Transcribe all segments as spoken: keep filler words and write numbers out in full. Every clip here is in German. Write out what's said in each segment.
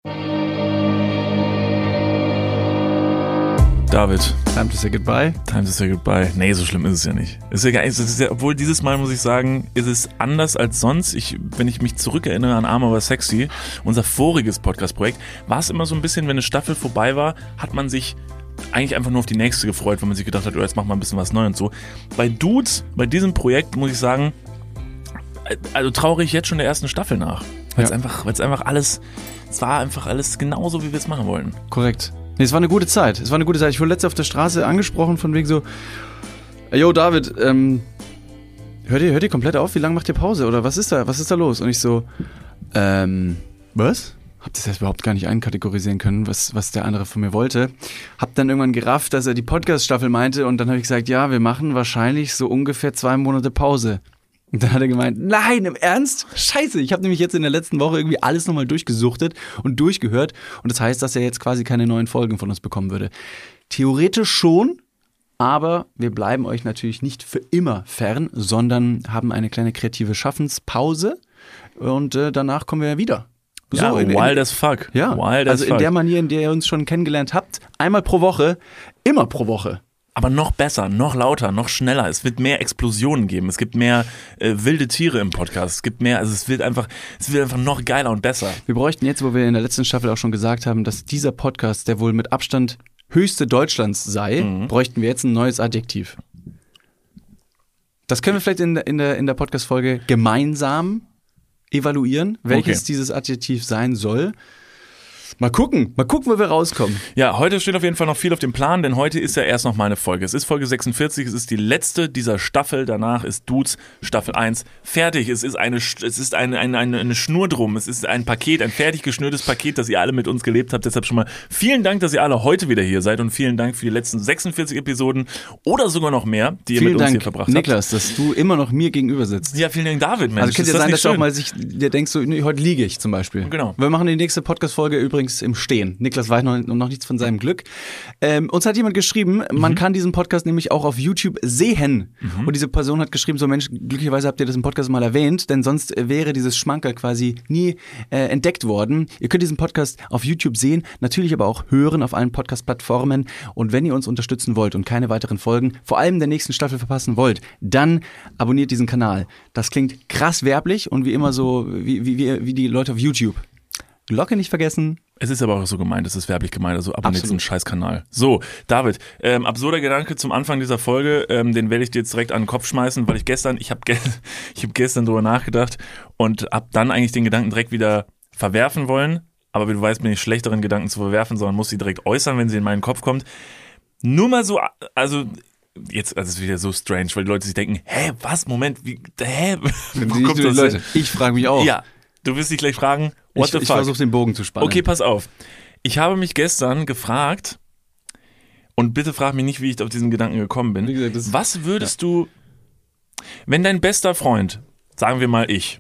David. Time to say goodbye. Time to say goodbye. Nee, so schlimm ist es ja nicht. Es ist ja, es ist ja, obwohl dieses Mal, muss ich sagen, ist es anders als sonst. Ich, wenn ich mich zurückerinnere an Arm aber sexy, unser voriges Podcast-Projekt, war es immer so ein bisschen, wenn eine Staffel vorbei war, hat man sich eigentlich einfach nur auf die nächste gefreut, weil man sich gedacht hat, oh, jetzt machen wir ein bisschen was Neues und so. Bei Dudes, bei diesem Projekt, muss ich sagen, also trauere ich jetzt schon der ersten Staffel nach. Weil es ja. einfach, weil es einfach alles, es war einfach alles genauso, wie wir es machen wollen. Korrekt. Nee, es war eine gute Zeit. Es war eine gute Zeit. Ich wurde letztens auf der Straße angesprochen von wegen so, yo David, ähm, hört ihr, hört ihr komplett auf? Wie lange macht ihr Pause? Oder was ist da, was ist da los? Und ich so, ähm, was? Hab das jetzt überhaupt gar nicht einkategorisieren können, was, was der andere von mir wollte. Hab dann irgendwann gerafft, dass er die Podcast-Staffel meinte und dann habe ich gesagt, ja, wir machen wahrscheinlich so ungefähr zwei Monate Pause. Und dann hat er gemeint, nein, im Ernst? Scheiße, ich habe nämlich jetzt in der letzten Woche irgendwie alles nochmal durchgesuchtet und durchgehört. Und das heißt, dass er jetzt quasi keine neuen Folgen von uns bekommen würde. Theoretisch schon, aber wir bleiben euch natürlich nicht für immer fern, sondern haben eine kleine kreative Schaffenspause und äh, danach kommen wir ja wieder. So, ja, in, in, wild as fuck. Ja, wild also as in fuck. der Manier, in der ihr uns schon kennengelernt habt, einmal pro Woche, immer pro Woche. Aber noch besser, noch lauter, noch schneller. Es wird mehr Explosionen geben. Es gibt mehr äh, wilde Tiere im Podcast. Es gibt mehr, also es wird einfach, es wird einfach noch geiler und besser. Wir bräuchten jetzt, wo wir in der letzten Staffel auch schon gesagt haben, dass dieser Podcast, der wohl mit Abstand höchste Deutschlands sei, mhm. bräuchten wir jetzt ein neues Adjektiv. Das können wir vielleicht in, in der, in der Podcast-Folge gemeinsam evaluieren, welches okay. dieses Adjektiv sein soll. Mal gucken, mal gucken, wo wir rauskommen. Ja, heute steht auf jeden Fall noch viel auf dem Plan, denn heute ist ja erst noch mal eine Folge. Es ist Folge sechsundvierzig, es ist die letzte dieser Staffel. Danach ist Dudes Staffel eins fertig. Es ist eine, es ist eine, eine, eine, eine Schnur drum. Es ist ein Paket, ein fertig geschnürtes Paket, das ihr alle mit uns gelebt habt. Deshalb schon mal vielen Dank, dass ihr alle heute wieder hier seid und vielen Dank für die letzten sechsundvierzig Episoden oder sogar noch mehr, die ihr vielen mit uns Dank, hier verbracht Niklas, habt. Niklas, dass du immer noch mir gegenüber sitzt. Ja, vielen Dank, David, Mensch. Also könnte ja sein, dass du auch mal sich, dir denkst, so, nee, heute liege ich zum Beispiel. Genau. Wir machen die nächste Podcast-Folge übrigens im Stehen. Niklas weiß noch, noch nichts von seinem Glück. Ähm, uns hat jemand geschrieben, mhm. man kann diesen Podcast nämlich auch auf YouTube sehen. Mhm. Und diese Person hat geschrieben, so Mensch, glücklicherweise habt ihr das im Podcast mal erwähnt, denn sonst wäre dieses Schmankerl quasi nie äh, entdeckt worden. Ihr könnt diesen Podcast auf YouTube sehen, natürlich aber auch hören auf allen Podcast-Plattformen. Und wenn ihr uns unterstützen wollt und keine weiteren Folgen, vor allem der nächsten Staffel verpassen wollt, dann abonniert diesen Kanal. Das klingt krass werblich und wie immer so, wie, wie, wie die Leute auf YouTube. Glocke nicht vergessen. Es ist aber auch so gemeint, es ist werblich gemeint, also abonniert diesen Scheißkanal. So, David, ähm, absurder Gedanke zum Anfang dieser Folge, ähm, den werde ich dir jetzt direkt an den Kopf schmeißen, weil ich gestern, ich habe ge- ich hab gestern drüber nachgedacht und habe dann eigentlich den Gedanken direkt wieder verwerfen wollen, aber wie du weißt, bin ich schlecht darin, Gedanken zu verwerfen, sondern muss sie direkt äußern, wenn sie in meinen Kopf kommt. Nur mal so, also jetzt, also es ist wieder so strange, weil die Leute sich denken, hä, was, Moment, wie, hä? Wo die, kommt die das Leute. hin? Ich frage mich auch. Ja. Du wirst dich gleich fragen, what ich, the ich fuck? Ich versuche den Bogen zu spannen. Okay, pass auf. Ich habe mich gestern gefragt, und bitte frag mich nicht, wie ich auf diesen Gedanken gekommen bin. Wie gesagt, das, was würdest ja. du, wenn dein bester Freund, sagen wir mal ich,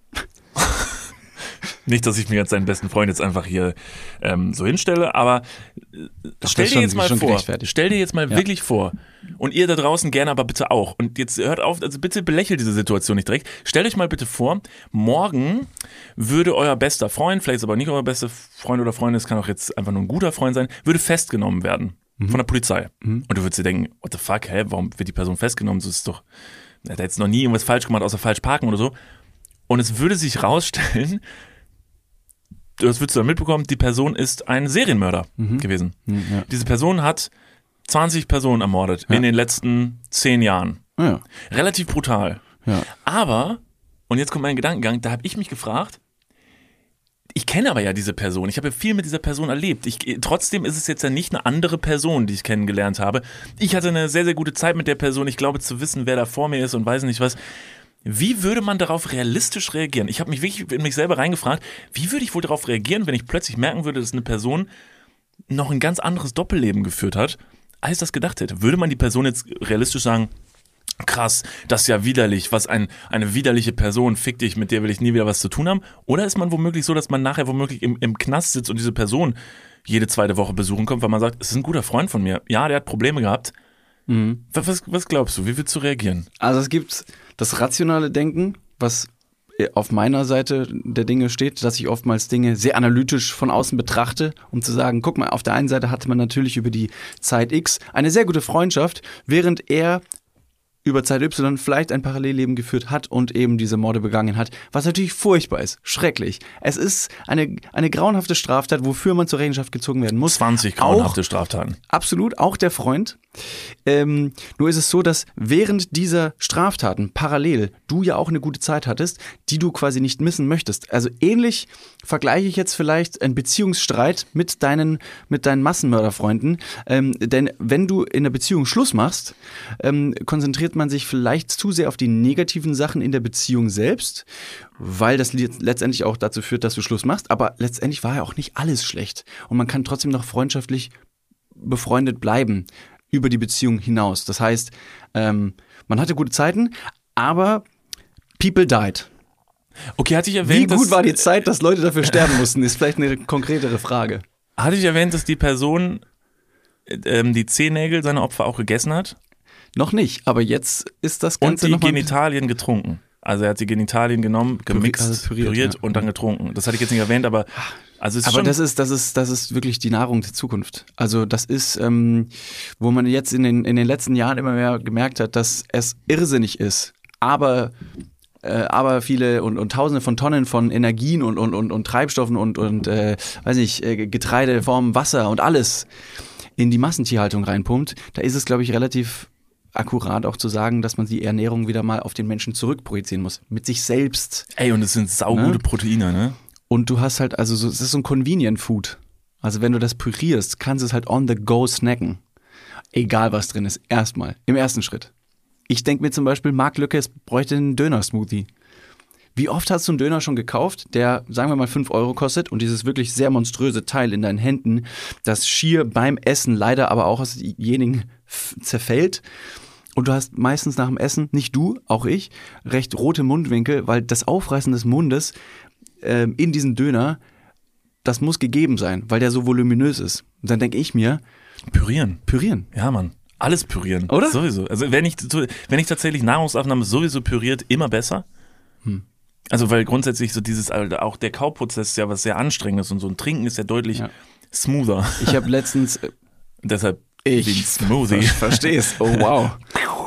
nicht, dass ich mir jetzt deinen besten Freund jetzt einfach hier ähm, so hinstelle, aber Doch, stell dir schon, jetzt mal vor, stell dir jetzt mal ja. wirklich vor, und ihr da draußen gerne aber bitte auch, und jetzt hört auf, also bitte belächelt diese Situation nicht direkt, stellt euch mal bitte vor, morgen würde euer bester Freund, vielleicht ist aber nicht euer bester Freund oder Freundin, es kann auch jetzt einfach nur ein guter Freund sein, würde festgenommen werden mhm. von der Polizei. Mhm. Und du würdest dir denken, what the fuck, hä, warum wird die Person festgenommen? Das ist doch, er hat jetzt noch nie irgendwas falsch gemacht, außer falsch parken oder so. Und es würde sich rausstellen, das würdest du dann mitbekommen, die Person ist ein Serienmörder mhm. gewesen. Mhm, ja. Diese Person hat zwanzig Personen ermordet ja. in den letzten zehn Jahren. Ja. Relativ brutal. Ja. Aber, und jetzt kommt mein Gedankengang, da habe ich mich gefragt, ich kenne aber ja diese Person, ich habe ja viel mit dieser Person erlebt. Ich, trotzdem ist es jetzt ja nicht eine andere Person, die ich kennengelernt habe. Ich hatte eine sehr, sehr gute Zeit mit der Person, ich glaube zu wissen, wer da vor mir ist und weiß nicht was. Wie würde man darauf realistisch reagieren? Ich habe mich wirklich in mich selber reingefragt, wie würde ich wohl darauf reagieren, wenn ich plötzlich merken würde, dass eine Person noch ein ganz anderes Doppelleben geführt hat, als ich das gedacht hätte. Würde man die Person jetzt realistisch sagen, krass, das ist ja widerlich, was ein, eine widerliche Person, fick dich, mit der will ich nie wieder was zu tun haben? Oder ist man womöglich so, dass man nachher womöglich im, im Knast sitzt und diese Person jede zweite Woche besuchen kommt, weil man sagt, es ist ein guter Freund von mir. Ja, der hat Probleme gehabt. Mhm. Was, was glaubst du, wie würdest du reagieren? Also es gibt das rationale Denken, was auf meiner Seite der Dinge steht, dass ich oftmals Dinge sehr analytisch von außen betrachte, um zu sagen, guck mal, auf der einen Seite hatte man natürlich über die Zeit X eine sehr gute Freundschaft, während er über Zeit Y vielleicht ein Parallelleben geführt hat und eben diese Morde begangen hat, was natürlich furchtbar ist, schrecklich. Es ist eine, eine grauenhafte Straftat, wofür man zur Rechenschaft gezogen werden muss. zwanzig grauenhafte auch, Straftaten. Absolut, auch der Freund. Ähm, nur ist es so, dass während dieser Straftaten parallel du ja auch eine gute Zeit hattest, die du quasi nicht missen möchtest. Also ähnlich vergleiche ich jetzt vielleicht einen Beziehungsstreit mit deinen, mit deinen Massenmörderfreunden. Ähm, denn wenn du in der Beziehung Schluss machst, ähm, konzentriert man sich vielleicht zu sehr auf die negativen Sachen in der Beziehung selbst, weil das letztendlich auch dazu führt, dass du Schluss machst. Aber letztendlich war ja auch nicht alles schlecht. Und man kann trotzdem noch freundschaftlich befreundet bleiben über die Beziehung hinaus. Das heißt, ähm, man hatte gute Zeiten, aber people died. Okay, hatte ich erwähnt, Wie gut dass, war die Zeit, dass Leute dafür sterben mussten, ist vielleicht eine konkretere Frage. Hatte ich erwähnt, dass die Person ähm, die Zehennägel seiner Opfer auch gegessen hat? Noch nicht, aber jetzt ist das Ganze Und die noch mal Genitalien getrunken. Also er hat die Genitalien genommen, gemixt, also püriert, püriert ja. und dann getrunken. Das hatte ich jetzt nicht erwähnt, aber also es ist Aber schon das ist, das ist, das ist wirklich die Nahrung der Zukunft. Also das ist, ähm, wo man jetzt in den, in den letzten Jahren immer mehr gemerkt hat, dass es irrsinnig ist, aber äh, aber viele und, und Tausende von Tonnen von Energien und, und, und, und Treibstoffen und, und äh, weiß nicht, äh, Getreide, Formen, Wasser und alles in die Massentierhaltung reinpumpt. Da ist es, glaube ich, relativ akkurat auch zu sagen, dass man die Ernährung wieder mal auf den Menschen zurückprojizieren muss. Mit sich selbst. Ey, und es sind saugute Ne? Proteine, ne? Und du hast halt, also so, es ist so ein Convenient Food. Also wenn du das pürierst, kannst du es halt on the go snacken. Egal was drin ist. Erstmal. Im ersten Schritt. Ich denke mir zum Beispiel, Marc Lücke bräuchte einen Döner-Smoothie. Wie oft hast du einen Döner schon gekauft, der, sagen wir mal, fünf Euro kostet und dieses wirklich sehr monströse Teil in deinen Händen, das schier beim Essen leider aber auch aus denjenigen zerfällt. Und du hast meistens nach dem Essen, nicht du, auch ich, recht rote Mundwinkel, weil das Aufreißen des Mundes ähm, in diesen Döner, das muss gegeben sein, weil der so voluminös ist. Und dann denke ich mir, Pürieren. pürieren. Ja, Mann. Alles pürieren. Oder? Sowieso. Also wenn ich, wenn ich tatsächlich Nahrungsaufnahme sowieso püriert, immer besser. Hm. Also weil grundsätzlich so dieses, also auch der Kauprozess ist ja was sehr anstrengendes und so ein Trinken ist ja deutlich Ja. smoother. Ich habe letztens, Deshalb ich wie ein Smoothie. versteh's, oh wow.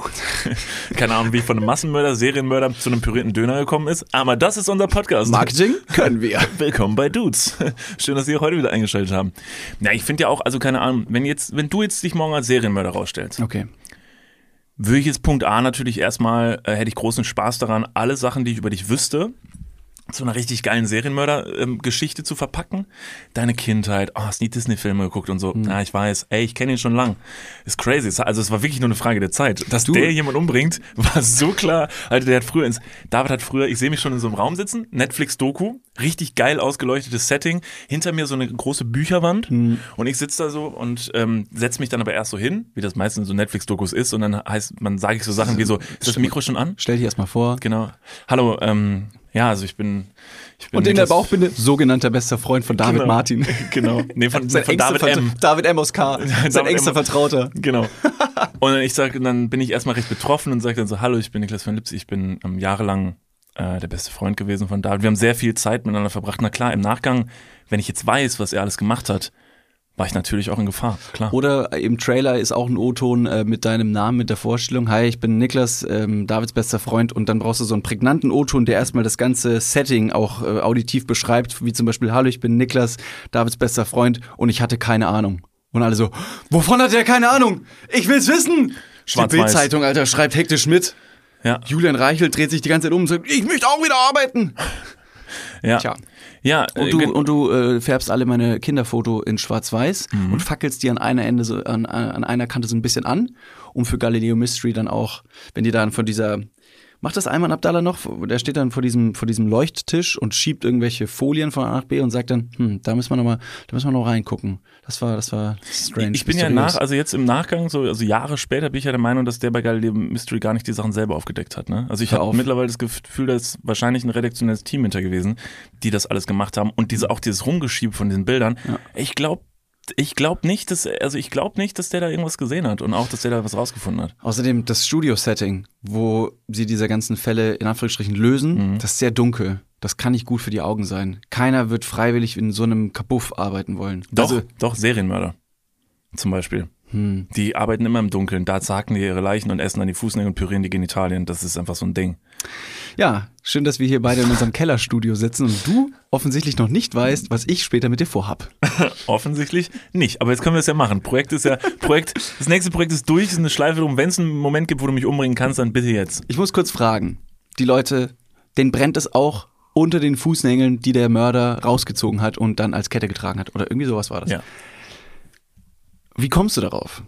Keine Ahnung, wie ich von einem Massenmörder, Serienmörder zu einem pürierten Döner gekommen ist, aber das ist unser Podcast. Marketing können wir. Willkommen bei Dudes. Schön, dass Sie heute wieder eingeschaltet haben. Ja, ich finde ja auch, also keine Ahnung, wenn jetzt, wenn du jetzt dich morgen als Serienmörder rausstellst, Okay. würde ich jetzt Punkt A natürlich erstmal, äh, hätte ich großen Spaß daran, alle Sachen, die ich über dich wüsste, zu einer richtig geilen Serienmörder-Geschichte zu verpacken. Deine Kindheit, oh, hast nie Disney-Filme geguckt und so. Mhm. Ja, ich weiß, ey, ich kenne ihn schon lang. Ist crazy. Also es war wirklich nur eine Frage der Zeit. Dass Du- der jemand umbringt, war so klar. Alter, der hat früher ins, David hat früher, ich sehe mich schon in so einem Raum sitzen, Netflix-Doku, richtig geil ausgeleuchtetes Setting, hinter mir so eine große Bücherwand Mhm. und ich sitze da so und ähm, setze mich dann aber erst so hin, wie das meistens in so Netflix-Dokus ist und dann heißt, man sage ich so Sachen wie so, ist das Mikro schon an? Stell dich erstmal vor. Genau. Hallo, ähm, ja, also ich bin, ich bin Und in der Niklas- Bauchbinde, sogenannter bester Freund von David Genau. Martin. Genau. Nee, von, Sein von engster David Vert- M. David M. aus K. Sein David engster M. Vertrauter. Genau. Und dann ich sage, dann bin ich erstmal recht betroffen und sage dann so, hallo, ich bin Niklas von Lipsi, ich bin ähm, jahrelang äh, der beste Freund gewesen von David. Wir haben sehr viel Zeit miteinander verbracht. Na klar, im Nachgang, wenn ich jetzt weiß, was er alles gemacht hat, war ich natürlich auch in Gefahr, klar. Oder im Trailer ist auch ein O-Ton äh, mit deinem Namen, mit der Vorstellung, hi, ich bin Niklas, ähm, Davids bester Freund, und dann brauchst du so einen prägnanten O-Ton, der erstmal das ganze Setting auch äh, auditiv beschreibt, wie zum Beispiel, hallo, ich bin Niklas, Davids bester Freund und ich hatte keine Ahnung. Und alle so, wovon hat er keine Ahnung? Ich will's wissen! Die Schwarz-Weiß. Bild-Zeitung, Alter, schreibt hektisch mit. Ja, Julian Reichelt dreht sich die ganze Zeit um und sagt, ich möchte auch wieder arbeiten. ja. Tja. Ja, Und äh, du, gen- und du äh, färbst alle meine Kinderfoto in schwarz-weiß Mhm. und fackelst die an einer Ende so, an, an einer Kante so ein bisschen an, um für Galileo Mystery dann auch, wenn die dann von dieser, macht das Ayman Abdallah noch, der steht dann vor diesem, vor diesem Leuchttisch und schiebt irgendwelche Folien von A nach B und sagt dann, hm, da müssen wir noch mal, da müssen wir noch reingucken. Das war, das war strange. ich bin ja mysteriös. nach, also jetzt im Nachgang, so also Jahre später, bin ich ja der Meinung, dass der bei Galileo Mystery gar nicht die Sachen selber aufgedeckt hat. Ne? Also ich Hör habe auf. mittlerweile das Gefühl, da ist wahrscheinlich ein redaktionelles Team hinter gewesen, die das alles gemacht haben und diese auch dieses Rumgeschieb von diesen Bildern. Ja. Ich glaube, Ich glaube nicht, dass, also ich glaube nicht, dass der da irgendwas gesehen hat und auch, dass der da was rausgefunden hat. Außerdem das Studio-Setting, wo sie diese ganzen Fälle in Anführungsstrichen lösen, Mhm. das ist sehr dunkel. Das kann nicht gut für die Augen sein. Keiner wird freiwillig in so einem Kabuff arbeiten wollen. Doch, Also, doch, Serienmörder zum Beispiel. hm. Die arbeiten immer im Dunkeln, da zacken die ihre Leichen und essen dann die Fußnägel und pürieren die Genitalien. Das ist einfach so ein Ding. Ja, schön, dass wir hier beide in unserem Kellerstudio sitzen und du offensichtlich noch nicht weißt, was ich später mit dir vorhab. Offensichtlich nicht, aber jetzt können wir es ja machen. Projekt ist ja, Projekt, das nächste Projekt ist durch, ist eine Schleife drum. Wenn es einen Moment gibt, wo du mich umbringen kannst, dann bitte jetzt. Ich muss kurz fragen, die Leute, denen brennt es auch unter den Fußnägeln, die der Mörder rausgezogen hat und dann als Kette getragen hat. Oder irgendwie sowas war das. Ja. Wie kommst du darauf?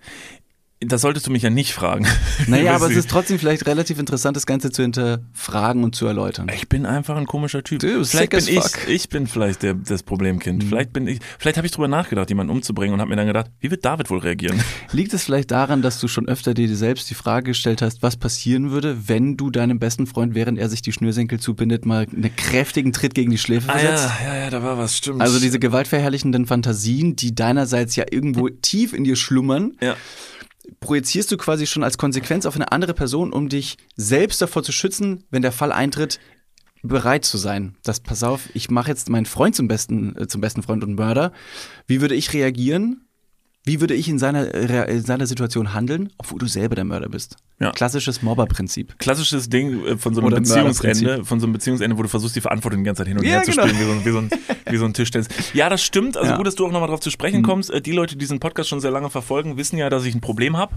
Das solltest du mich ja nicht fragen. Naja, aber es ist trotzdem vielleicht relativ interessant, das Ganze zu hinterfragen und zu erläutern. Ich bin einfach ein komischer Typ. Du, vielleicht sick as bin ich, fuck. ich bin vielleicht der, das Problemkind. Mhm. Vielleicht bin ich, vielleicht habe ich drüber nachgedacht, jemanden umzubringen und habe mir dann gedacht, wie wird David wohl reagieren? Liegt es vielleicht daran, dass du schon öfter dir selbst die Frage gestellt hast, was passieren würde, wenn du deinem besten Freund, während er sich die Schnürsenkel zubindet, mal einen kräftigen Tritt gegen die Schläfe versetzt? ja, ja, da war was, stimmt. Also diese gewaltverherrlichenden Fantasien, die deinerseits ja irgendwo tief in dir schlummern, ja. projizierst du quasi schon als Konsequenz auf eine andere Person, um dich selbst davor zu schützen, wenn der Fall eintritt, bereit zu sein. Das, pass auf, ich mache jetzt meinen Freund zum besten, äh, zum besten Freund und Mörder. Wie würde ich reagieren? Wie würde ich in seiner, in seiner Situation handeln, obwohl du selber der Mörder bist? Ja. Klassisches Mobberprinzip. Klassisches Ding äh, von so einem Oder Beziehungsende, Mörderprinzip. von so einem Beziehungsende, wo du versuchst, die Verantwortung die ganze Zeit hin und Ja, her zu genau. spielen, wie so, ein- wie so ein, wie so ein Tischtennis. Ja, das stimmt. Also Ja. gut, dass du auch nochmal drauf zu sprechen kommst. Äh, Die Leute, die diesen Podcast schon sehr lange verfolgen, wissen ja, dass ich ein Problem habe.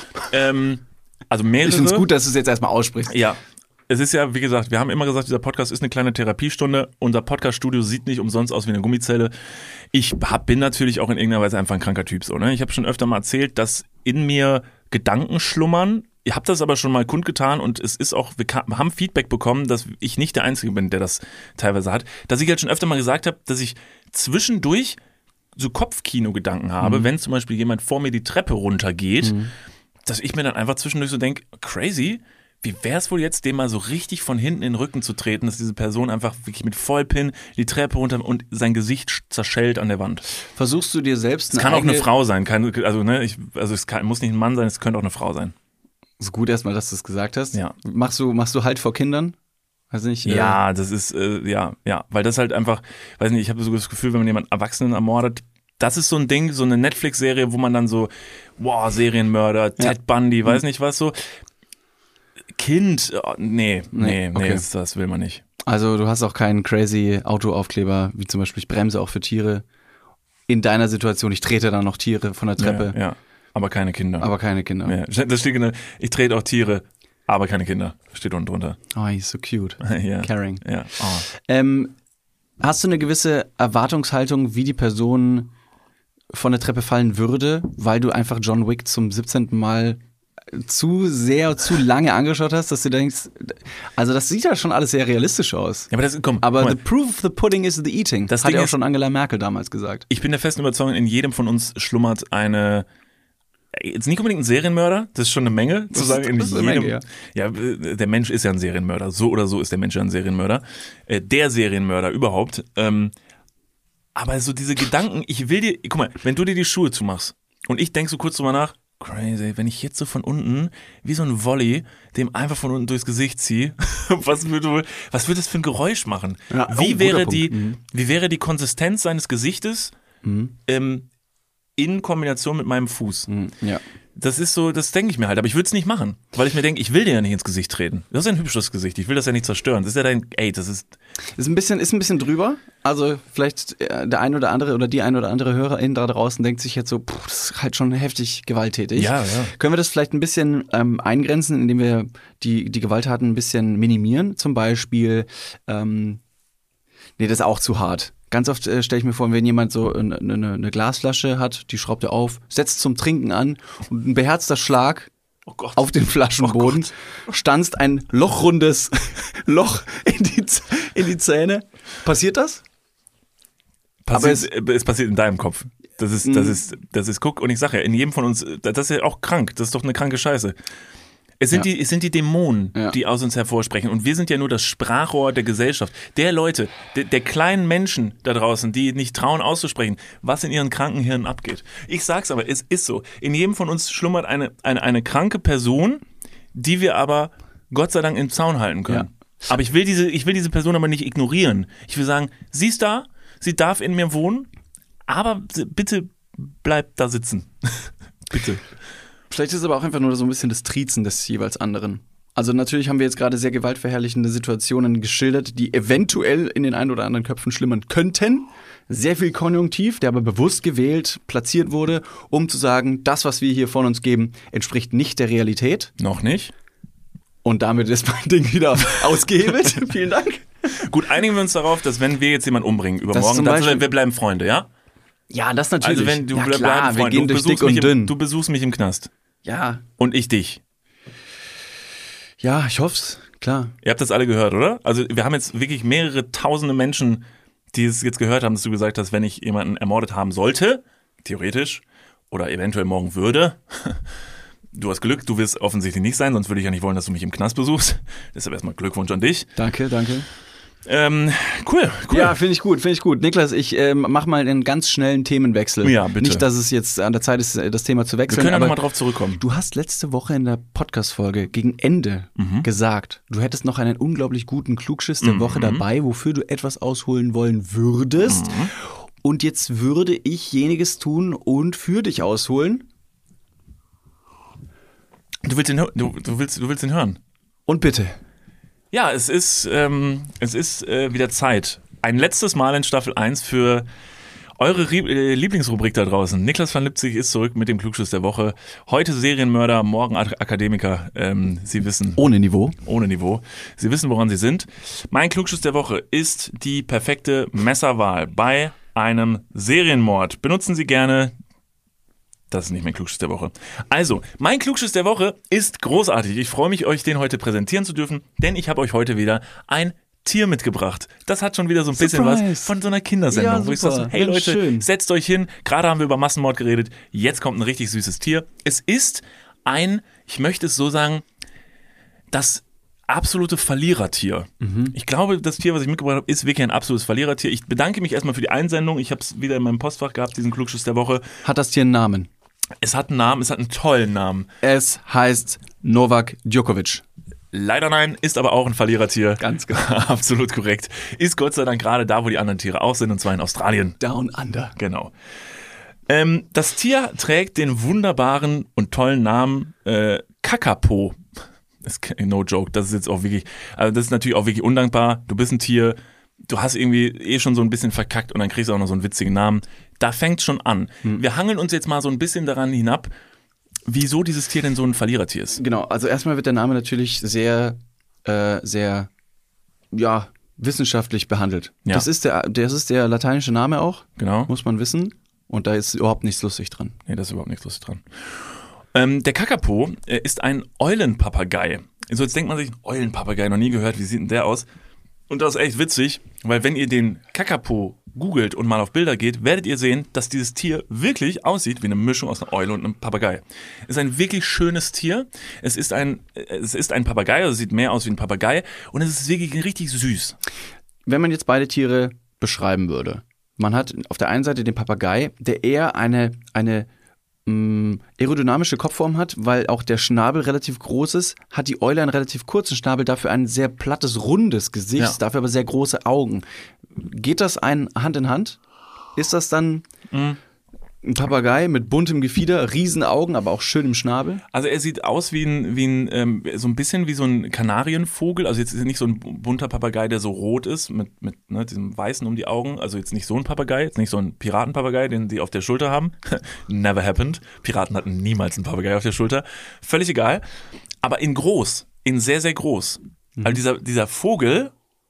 Ähm, also mehrere. Ich finde es gut, dass du es jetzt erstmal aussprichst. Ja. Es ist ja, wie gesagt, wir haben immer gesagt, dieser Podcast ist eine kleine Therapiestunde. Unser Podcast-Studio sieht nicht umsonst aus wie eine Gummizelle. Ich hab, bin natürlich auch in irgendeiner Weise einfach ein kranker Typ. So, ne? Ich habe schon öfter mal erzählt, dass in mir Gedanken schlummern. Ihr habt das aber schon mal kundgetan und es ist auch, wir ka- haben Feedback bekommen, dass ich nicht der Einzige bin, der das teilweise hat. Dass ich halt schon öfter mal gesagt habe, dass ich zwischendurch so Kopfkino-Gedanken habe, Mhm. wenn zum Beispiel jemand vor mir die Treppe runtergeht, Mhm. dass ich mir dann einfach zwischendurch so denke, crazy, wie wäre es wohl jetzt, dem mal so richtig von hinten in den Rücken zu treten, dass diese Person einfach wirklich mit Vollpin die Treppe runter und sein Gesicht zerschellt an der Wand. Versuchst du dir selbst Es eine kann auch eigene... eine Frau sein, keine, also, ne, ich, also es kann, muss nicht ein Mann sein, es könnte auch eine Frau sein. Ist gut erstmal, dass du es gesagt hast. Ja. Machst du, machst du Halt vor Kindern? Weiß nicht. äh, Ja, das ist, äh, ja, ja, weil das halt einfach, weiß nicht, ich habe so das Gefühl, wenn man jemanden Erwachsenen ermordet, das ist so ein Ding, so eine Netflix-Serie, wo man dann so, wow, Serienmörder, Ted Ja. Bundy, weiß nicht was so. Kind, oh, nee, nee, Nee, nee, okay. das, das will man nicht. Also du hast auch keinen crazy Autoaufkleber, wie zum Beispiel ich bremse auch für Tiere. In deiner Situation, ich trete dann noch Tiere von der Treppe, Ja, ja, aber keine Kinder. aber keine Kinder. Ja, das steht genau, ich trete auch Tiere, aber keine Kinder. Steht unten drunter. Oh, he's so cute. ja. Caring. Ja. Oh. Ähm, hast du eine gewisse Erwartungshaltung, wie die Person von der Treppe fallen würde, weil du einfach John Wick zum siebzehnten Mal zu sehr, zu lange angeschaut hast, dass du denkst, also das sieht ja schon alles sehr realistisch aus. Ja, aber das, komm, Aber guck the mal, proof of the pudding is the eating. Das hat Ding ja auch ist- schon Angela Merkel damals gesagt. ich bin der festen Überzeugung, in jedem von uns schlummert eine, jetzt nicht unbedingt ein Serienmörder, das ist schon eine Menge zu Das sagen. ist- In das ist eine jedem, Menge, ja, äh, der Mensch ist ja ein Serienmörder. So oder so ist der Mensch ja ein Serienmörder. Äh, Der Serienmörder überhaupt. Ähm, aber so diese Gedanken, ich will dir, guck mal, wenn du dir die Schuhe zumachst und ich denk so kurz drüber nach, crazy, wenn ich jetzt so von unten, wie so ein Volley, dem einfach von unten durchs Gesicht ziehe, was würde wohl, was würde das für ein Geräusch machen? Ja, oh, wie guter wäre Punkt. die, Mhm. wie wäre die Konsistenz seines Gesichtes Mhm. ähm, in Kombination mit meinem Fuß? Mhm. Ja. Das ist so, das denke ich mir halt, aber ich würde es nicht machen, weil ich mir denke, ich will dir ja nicht ins Gesicht treten. Das ist ein hübsches Gesicht, ich will das ja nicht zerstören. Das ist ja dein, ey, das ist, Ist ein bisschen, ist ein bisschen drüber. Also vielleicht äh, der ein oder andere oder die ein oder andere Hörerin da draußen denkt sich jetzt so, puh, das ist halt schon heftig gewalttätig. Ja, ja. Können wir das vielleicht ein bisschen ähm, eingrenzen, indem wir die, die Gewalttaten ein bisschen minimieren? Zum Beispiel, ähm, nee, das ist auch zu hart. Ganz oft äh, stelle ich mir vor, wenn jemand so eine, eine, eine Glasflasche hat, die schraubt er auf, setzt zum Trinken an und ein beherzter Schlag oh Gott. auf den Flaschenboden, stanzt ein lochrundes Loch in die, Z- in die Zähne. Passiert das? Passiert, es- es, es passiert in deinem Kopf. Das ist, das ist, das ist, guck, und ich sage ja, in jedem von uns, das ist ja auch krank, das ist doch eine kranke Scheiße. Es sind, Ja. die, es sind die Dämonen, Ja. die aus uns hervorsprechen. Und wir sind ja nur das Sprachrohr der Gesellschaft. Der Leute, der, der kleinen Menschen da draußen, die nicht trauen auszusprechen, was in ihren kranken Hirnen abgeht. Ich sag's aber, es ist so. In jedem von uns schlummert eine, eine, eine kranke Person, die wir aber Gott sei Dank im Zaun halten können. Ja. Aber ich will, diese, ich will diese Person aber nicht ignorieren. Ich will sagen, sie ist da, sie darf in mir wohnen, aber bitte bleib da sitzen. Bitte. Vielleicht ist es aber auch einfach nur so ein bisschen das Triezen des jeweils anderen. Also natürlich haben wir jetzt gerade sehr gewaltverherrlichende Situationen geschildert, die eventuell in den ein oder anderen Köpfen schlimmern könnten. Sehr viel Konjunktiv, der aber bewusst gewählt, platziert wurde, um zu sagen, das, was wir hier von uns geben, entspricht nicht der Realität. Noch nicht. Und damit ist mein Ding wieder ausgehebelt. Vielen Dank. Gut, einigen wir uns darauf, dass wenn wir jetzt jemanden umbringen Das übermorgen, zum dann Beispiel- wir bleiben Freunde, ja? Ja, das natürlich. Also wenn du ja, bleib- klar, bleiben wir Freunde. gehen Du durch dick besuchst mich und im, dünn. Du besuchst mich im Knast. Ja, Und ich dich. ja, ich hoff's, klar. Ihr habt das alle gehört, oder? Also wir haben jetzt wirklich mehrere tausende Menschen, die es jetzt gehört haben, dass du gesagt hast, wenn ich jemanden ermordet haben sollte, theoretisch, oder eventuell morgen würde, du hast Glück, du wirst offensichtlich nicht sein, sonst würde ich ja nicht wollen, dass du mich im Knast besuchst. Deshalb erstmal Glückwunsch an dich. Danke, danke. Ähm, cool, cool. Ja, finde ich gut, finde ich gut. Niklas, ich ähm, mach mal einen ganz schnellen Themenwechsel. Ja, bitte. Nicht, dass es jetzt an der Zeit ist, das Thema zu wir wechseln. können ja aber nochmal drauf zurückkommen. du hast letzte Woche in der Podcast-Folge gegen Ende Mhm. gesagt, du hättest noch einen unglaublich guten Klugschiss der Woche dabei, wofür du etwas ausholen wollen würdest. Mhm. Und jetzt würde ich jeniges tun und für dich ausholen. Du willst ihn, hö- du, du willst, du willst ihn hören. Und bitte. Ja, es ist, ähm, es ist äh, wieder Zeit. Ein letztes Mal in Staffel eins für eure Rie- äh, Lieblingsrubrik da draußen. Niklas van Lipzig ist zurück mit dem Klugschiss der Woche. Heute Serienmörder, morgen Ak- Akademiker. Ähm, Sie wissen, Ohne Niveau. ohne Niveau. Sie wissen, woran Sie sind. Mein Klugschiss der Woche ist die perfekte Messerwahl bei einem Serienmord. Benutzen Sie gerne. Das ist nicht mein Klugschiss der Woche. Also, mein Klugschiss der Woche ist großartig. Ich freue mich, euch den heute präsentieren zu dürfen, denn ich habe euch heute wieder ein Tier mitgebracht. Das hat schon wieder so ein bisschen Surprise. was von so einer Kindersendung. Ja, wo ich sage, super. hey Ja, Leute, schön. setzt euch hin. Gerade haben wir über Massenmord geredet. Jetzt kommt ein richtig süßes Tier. Es ist ein, ich möchte es so sagen, das absolute Verlierertier. Mhm. Ich glaube, das Tier, was ich mitgebracht habe, ist wirklich ein absolutes Verlierertier. Ich bedanke mich erstmal für die Einsendung. Ich habe es wieder in meinem Postfach gehabt, diesen Klugschiss der Woche. Hat das Tier einen Namen? Es hat einen Namen, es hat einen tollen Namen. Es heißt Novak Djokovic. Leider nein, ist aber auch ein Verlierertier. Ganz genau. Absolut korrekt. Ist Gott sei Dank gerade da, wo die anderen Tiere auch sind, und zwar in Australien. Down Under. Genau. Ähm, das Tier trägt den wunderbaren und tollen Namen äh, Kakapo. Das ist no joke, das ist jetzt auch wirklich, also das ist natürlich auch wirklich undankbar. Du bist ein Tier, du hast irgendwie eh schon so ein bisschen verkackt und dann kriegst du auch noch so einen witzigen Namen. Da fängt's schon an. Hm. Wir hangeln uns jetzt mal so ein bisschen daran hinab, wieso dieses Tier denn so ein Verlierertier ist. Genau, also erstmal wird der Name natürlich sehr, äh, sehr, ja, wissenschaftlich behandelt. Ja. Das ist der, das ist der lateinische Name auch, Genau. muss man wissen. Und da ist überhaupt nichts lustig dran. Nee, da ist überhaupt nichts lustig dran. Ähm, der Kakapo äh, ist ein Eulenpapagei. So, jetzt denkt man sich, Eulenpapagei, noch nie gehört, wie sieht denn der aus? Und das ist echt witzig, weil wenn ihr den Kakapo googelt und mal auf Bilder geht, werdet ihr sehen, dass dieses Tier wirklich aussieht wie eine Mischung aus einer Eule und einem Papagei. Es ist ein wirklich schönes Tier. Es ist ein, es ist ein Papagei, also es sieht mehr aus wie ein Papagei und es ist wirklich richtig süß. Wenn man jetzt beide Tiere beschreiben würde, man hat auf der einen Seite den Papagei, der eher eine, eine mh, aerodynamische Kopfform hat, weil auch der Schnabel relativ groß ist, hat die Eule einen relativ kurzen Schnabel, dafür ein sehr plattes, rundes Gesicht, Ja. dafür aber sehr große Augen. Geht das ein Hand in Hand? Ist das dann Mhm. ein Papagei mit buntem Gefieder, Riesenaugen, aber auch schönem Schnabel? Also er sieht aus wie ein, wie ein ähm, so ein bisschen wie so ein Kanarienvogel. Also jetzt ist er nicht so ein bunter Papagei, der so rot ist, mit, mit ne, diesem Weißen um die Augen. Also jetzt nicht so ein Papagei, jetzt nicht so ein Piratenpapagei, den die auf der Schulter haben. Never happened. Piraten hatten niemals einen Papagei auf der Schulter. Völlig egal. Aber in groß, in sehr, sehr groß. Also dieser, dieser Vogel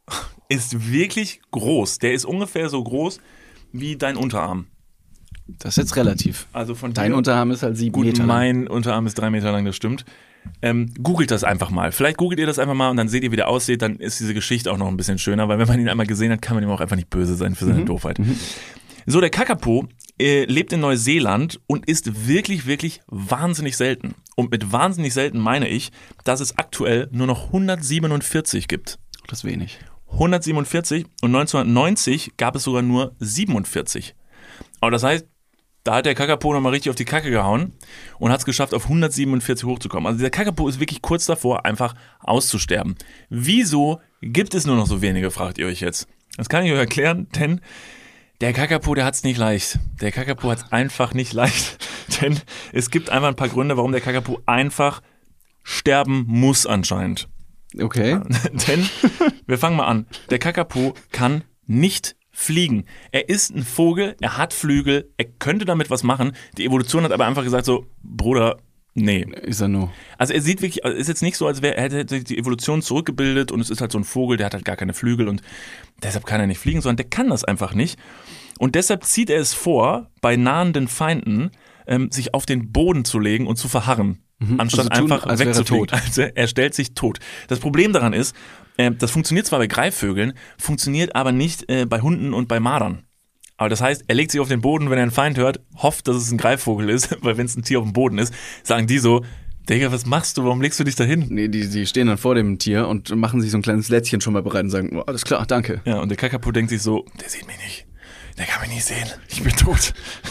ist wirklich groß. Der ist ungefähr so groß wie dein Unterarm. Das ist jetzt relativ. Also von Dein dir- Unterarm ist halt sieben Gut, Meter lang. mein Unterarm ist drei Meter lang, das stimmt. Ähm, googelt das einfach mal. Vielleicht googelt ihr das einfach mal und dann seht ihr, wie der aussieht. Dann ist diese Geschichte auch noch ein bisschen schöner, weil wenn man ihn einmal gesehen hat, kann man ihm auch einfach nicht böse sein für seine Doofheit. So, der Kakapo äh, lebt in Neuseeland und ist wirklich, wirklich wahnsinnig selten. Und mit wahnsinnig selten meine ich, dass es aktuell nur noch hundertsiebenundvierzig gibt. Das ist wenig. hundertsiebenundvierzig und neunzehnhundertneunzig gab es sogar nur siebenundvierzig. Aber das heißt, da hat der Kakapo nochmal richtig auf die Kacke gehauen und hat es geschafft, auf hundertsiebenundvierzig hochzukommen. Also der Kakapo ist wirklich kurz davor, einfach auszusterben. Wieso gibt es nur noch so wenige, fragt ihr euch jetzt. Das kann ich euch erklären, denn der Kakapo, der hat es nicht leicht. Der Kakapo hat es einfach nicht leicht. Denn es gibt einfach ein paar Gründe, warum der Kakapo einfach sterben muss anscheinend. Okay. Denn, wir fangen mal an, der Kakapo kann nicht fliegen. Er ist ein Vogel, er hat Flügel, er könnte damit was machen. Die Evolution hat aber einfach gesagt so, Bruder, nee. Ist er nur. Also er sieht wirklich, ist jetzt nicht so, als wäre er hätte die Evolution zurückgebildet und es ist halt so ein Vogel, der hat halt gar keine Flügel und deshalb kann er nicht fliegen, sondern der kann das einfach nicht. Und deshalb zieht er es vor, bei nahenden Feinden ähm, sich auf den Boden zu legen und zu verharren, mhm. anstatt also tun, einfach als wegzufliegen. Er, also er stellt sich tot. Das Problem daran ist, äh, das funktioniert zwar bei Greifvögeln, funktioniert aber nicht äh, bei Hunden und bei Mardern. Aber das heißt, er legt sich auf den Boden, wenn er einen Feind hört, hofft, dass es ein Greifvogel ist, weil wenn es ein Tier auf dem Boden ist, sagen die so, Digga, was machst du, warum legst du dich da hin? Nee, die, die stehen dann vor dem Tier und machen sich so ein kleines Lätzchen schon mal bereit und sagen, oh, alles klar, danke. Ja, und der Kakapo denkt sich so, der sieht mich nicht, der kann mich nicht sehen, ich bin tot.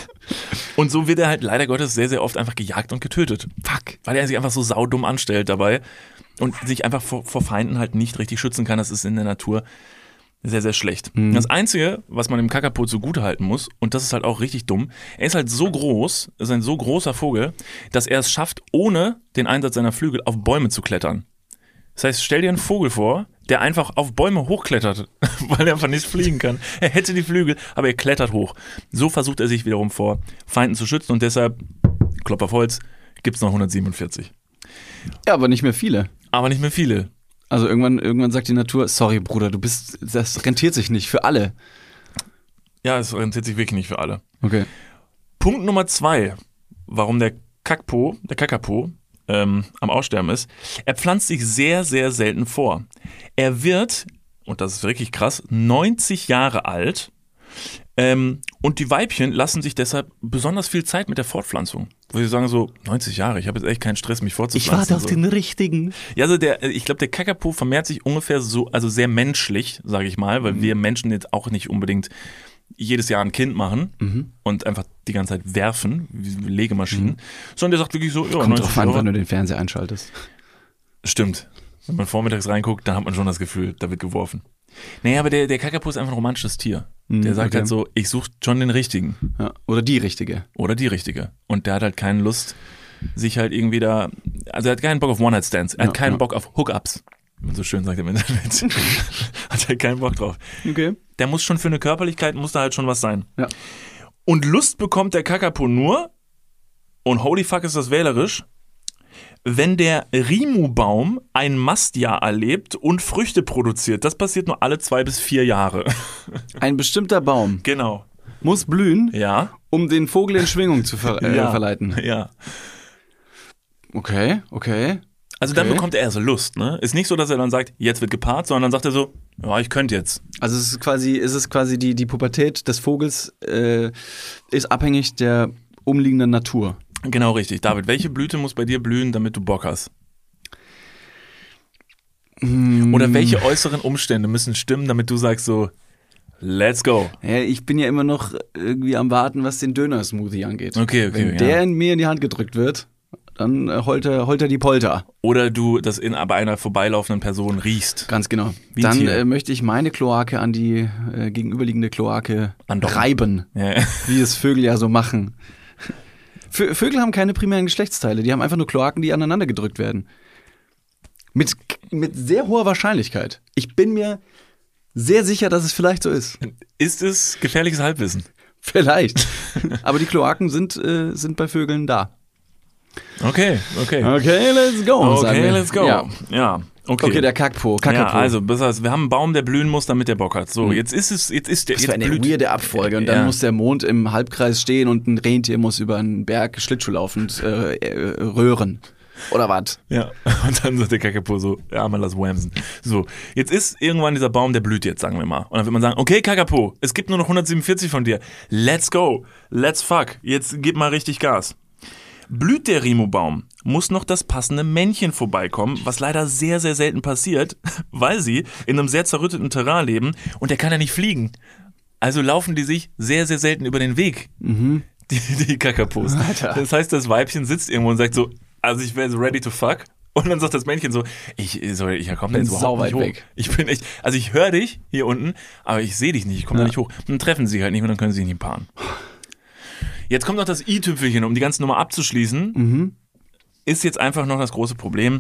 Und so wird er halt leider Gottes sehr, sehr oft einfach gejagt und getötet. Fuck. Weil er sich einfach so saudumm anstellt dabei und sich einfach vor, vor Feinden halt nicht richtig schützen kann, das ist in der Natur sehr, sehr schlecht. Mhm. Das Einzige, was man dem Kakapo zugutehalten muss, und das ist halt auch richtig dumm, er ist halt so groß, ist ein so großer Vogel, dass er es schafft, ohne den Einsatz seiner Flügel auf Bäume zu klettern. Das heißt, stell dir einen Vogel vor, der einfach auf Bäume hochklettert, weil er einfach nicht fliegen kann. Er hätte die Flügel, aber er klettert hoch. So versucht er sich wiederum vor Feinden zu schützen und deshalb, Klopf auf Holz, gibt es noch hundertsiebenundvierzig. Ja, aber nicht mehr viele. Aber nicht mehr viele. Also irgendwann, irgendwann sagt die Natur, sorry Bruder, du bist, das rentiert sich nicht für alle. Ja, es rentiert sich wirklich nicht für alle. Okay. Punkt Nummer zwei, warum der Kakapo, der Kakapo ähm, am Aussterben ist, er pflanzt sich sehr, sehr selten vor. Er wird, und das ist wirklich krass, neunzig Jahre alt ähm, und die Weibchen lassen sich deshalb besonders viel Zeit mit der Fortpflanzung. Wo sie sagen so, neunzig Jahre, ich habe jetzt echt keinen Stress, mich fortzupflanzen. Ich warte auf so. den richtigen. Ja, also der, ich glaube, der Kakapo vermehrt sich ungefähr so, also sehr menschlich, sage ich mal, weil mhm. wir Menschen jetzt auch nicht unbedingt jedes Jahr ein Kind machen mhm. und einfach die ganze Zeit werfen, wie Legemaschinen, mhm. sondern der sagt wirklich so, ja, kommt drauf an, wenn du den Fernseher einschaltest. Stimmt. Wenn man vormittags reinguckt, dann hat man schon das Gefühl, da wird geworfen. Naja, aber der, der Kakapo ist einfach ein romantisches Tier. Der sagt okay. halt so, ich suche schon den Richtigen. Ja, oder die Richtige. Oder die Richtige. Und der hat halt keine Lust, sich halt irgendwie da, also er hat keinen Bock auf One-Night-Stands, er ja, hat keinen ja. Bock auf Hookups, wie man so schön sagt im Internet. Hat halt keinen Bock drauf. Okay. Der muss schon für eine Körperlichkeit, muss da halt schon was sein. Ja. Und Lust bekommt der Kakapo nur, und holy fuck ist das wählerisch, wenn der Rimu-Baum ein Mastjahr erlebt und Früchte produziert. Das passiert nur alle zwei bis vier Jahre. Ein bestimmter Baum genau. muss blühen, ja. um den Vogel in Schwingung zu ver- äh, ja. verleiten. Ja. Okay, okay. Also okay. dann bekommt er erst Lust, ne? Ist nicht so, dass er dann sagt, jetzt wird gepaart, sondern dann sagt er so, ja, ich könnte jetzt. Also es ist quasi, es ist quasi die, die Pubertät des Vogels äh, ist abhängig der umliegenden Natur. Genau richtig. David, welche Blüte muss bei dir blühen, damit du Bock hast? Mm. Oder welche äußeren Umstände müssen stimmen, damit du sagst so, let's go? Ja, ich bin ja immer noch irgendwie am Warten, was den Döner-Smoothie angeht. Okay, okay. Wenn ja. der in mir in die Hand gedrückt wird, dann äh, holter, holter die Polter. Oder du das in bei einer vorbeilaufenden Person riechst. Ganz genau. Wie dann äh, möchte ich meine Kloake an die äh, gegenüberliegende Kloake Andocken. reiben, Ja. wie es Vögel ja so machen. V- Vögel haben keine primären Geschlechtsteile, die haben einfach nur Kloaken, die aneinander gedrückt werden. Mit, mit sehr hoher Wahrscheinlichkeit. Ich bin mir sehr sicher, dass es vielleicht so ist. Ist es gefährliches Halbwissen? Vielleicht. Aber die Kloaken sind, äh, sind bei Vögeln da. Okay, okay. Okay, let's go. Okay, let's go. Ja. ja. Okay. Okay, der Kackpo. Kakapo. Ja, also, das heißt, wir haben einen Baum, der blühen muss, damit der Bock hat. So, jetzt ist es, jetzt ist der, Das jetzt war eine blüht. weirde Abfolge. Und dann Ja. muss der Mond im Halbkreis stehen und ein Rentier muss über einen Berg Schlittschuh laufen und äh, äh, röhren. Oder was? Ja, und dann sagt der Kakapo so, ja, man lass whamsen. So, jetzt ist irgendwann dieser Baum, der blüht jetzt, sagen wir mal. Und dann wird man sagen, okay, Kakapo, es gibt nur noch hundertsiebenundvierzig von dir. Let's go, let's fuck, jetzt gib mal richtig Gas. Blüht der Rimo-Baum, muss noch das passende Männchen vorbeikommen, was leider sehr, sehr selten passiert, weil sie in einem sehr zerrütteten Terrain leben und der kann ja nicht fliegen. Also laufen die sich sehr, sehr selten über den Weg, mhm. die, die Kakapos. Alter. Das heißt, das Weibchen sitzt irgendwo und sagt so, also ich wäre so ready to fuck. Und dann sagt das Männchen so, ich, sorry, ich komme da jetzt überhaupt nicht hoch. Weg. Ich bin echt, also ich höre dich hier unten, aber ich sehe dich nicht, ich komme ja. da nicht hoch. Und dann treffen sie sich halt nicht und dann können sie sich nicht paaren. Jetzt kommt noch das i-Tüpfelchen, um die ganze Nummer abzuschließen. Mhm. Ist jetzt einfach noch das große Problem.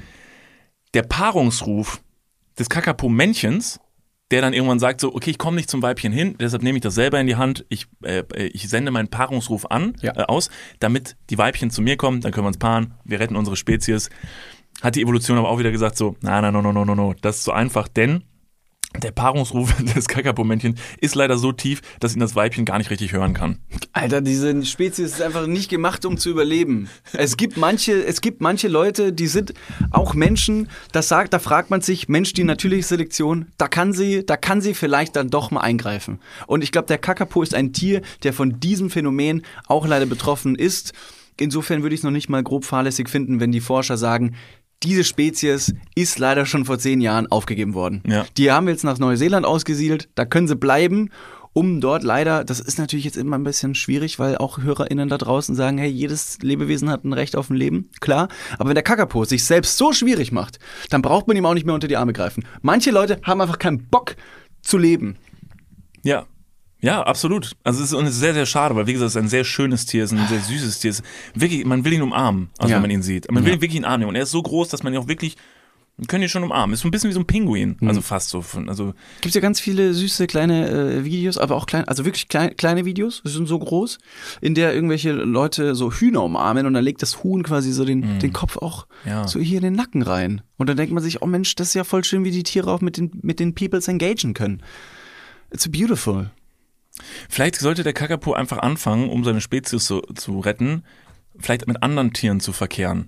Der Paarungsruf des Kakapo-Männchens, der dann irgendwann sagt so, okay, ich komme nicht zum Weibchen hin, deshalb nehme ich das selber in die Hand, ich, äh, ich sende meinen Paarungsruf an, ja. äh, aus, damit die Weibchen zu mir kommen, dann können wir uns paaren, wir retten unsere Spezies. Hat die Evolution aber auch wieder gesagt so, nein, nein, no, no, no, no, no, das ist so einfach, denn der Paarungsruf des Kakapo-Männchens ist leider so tief, dass ihn das Weibchen gar nicht richtig hören kann. Alter, diese Spezies ist einfach nicht gemacht, um zu überleben. Es gibt manche, es gibt manche Leute, die sind auch Menschen, das sagt, da fragt man sich, Mensch, die natürliche Selektion, da kann sie, da kann sie vielleicht dann doch mal eingreifen. Und ich glaube, der Kakapo ist ein Tier, der von diesem Phänomen auch leider betroffen ist. Insofern würde ich es noch nicht mal grob fahrlässig finden, wenn die Forscher sagen, diese Spezies ist leider schon vor zehn Jahren aufgegeben worden. Ja. Die haben wir jetzt nach Neuseeland ausgesiedelt, da können sie bleiben, um dort leider, das ist natürlich jetzt immer ein bisschen schwierig, weil auch HörerInnen da draußen sagen, hey, jedes Lebewesen hat ein Recht auf ein Leben, klar, aber wenn der Kakapo sich selbst so schwierig macht, dann braucht man ihm auch nicht mehr unter die Arme greifen. Manche Leute haben einfach keinen Bock zu leben. Ja. Ja, absolut. Also es ist, und es ist sehr, sehr schade, weil wie gesagt, es ist ein sehr schönes Tier, es ist ein sehr süßes Tier. Es ist wirklich, man will ihn umarmen, also ja. wenn man ihn sieht. Man will ja. ihn wirklich in den Arm nehmen. Und er ist so groß, dass man ihn auch wirklich, man kann ihn schon umarmen. Ist so ein bisschen wie so ein Pinguin, mhm. also fast so. Also gibt ja ganz viele süße kleine äh, Videos, aber auch kleine, also wirklich klein, kleine Videos, die sind so groß, in der irgendwelche Leute so Hühner umarmen und dann legt das Huhn quasi so den, mhm. den Kopf auch ja. so hier in den Nacken rein. Und dann denkt man sich, oh Mensch, das ist ja voll schön, wie die Tiere auch mit den, mit den Peoples engagen können. It's beautiful. Vielleicht sollte der Kakapo einfach anfangen, um seine Spezies zu, zu retten, vielleicht mit anderen Tieren zu verkehren.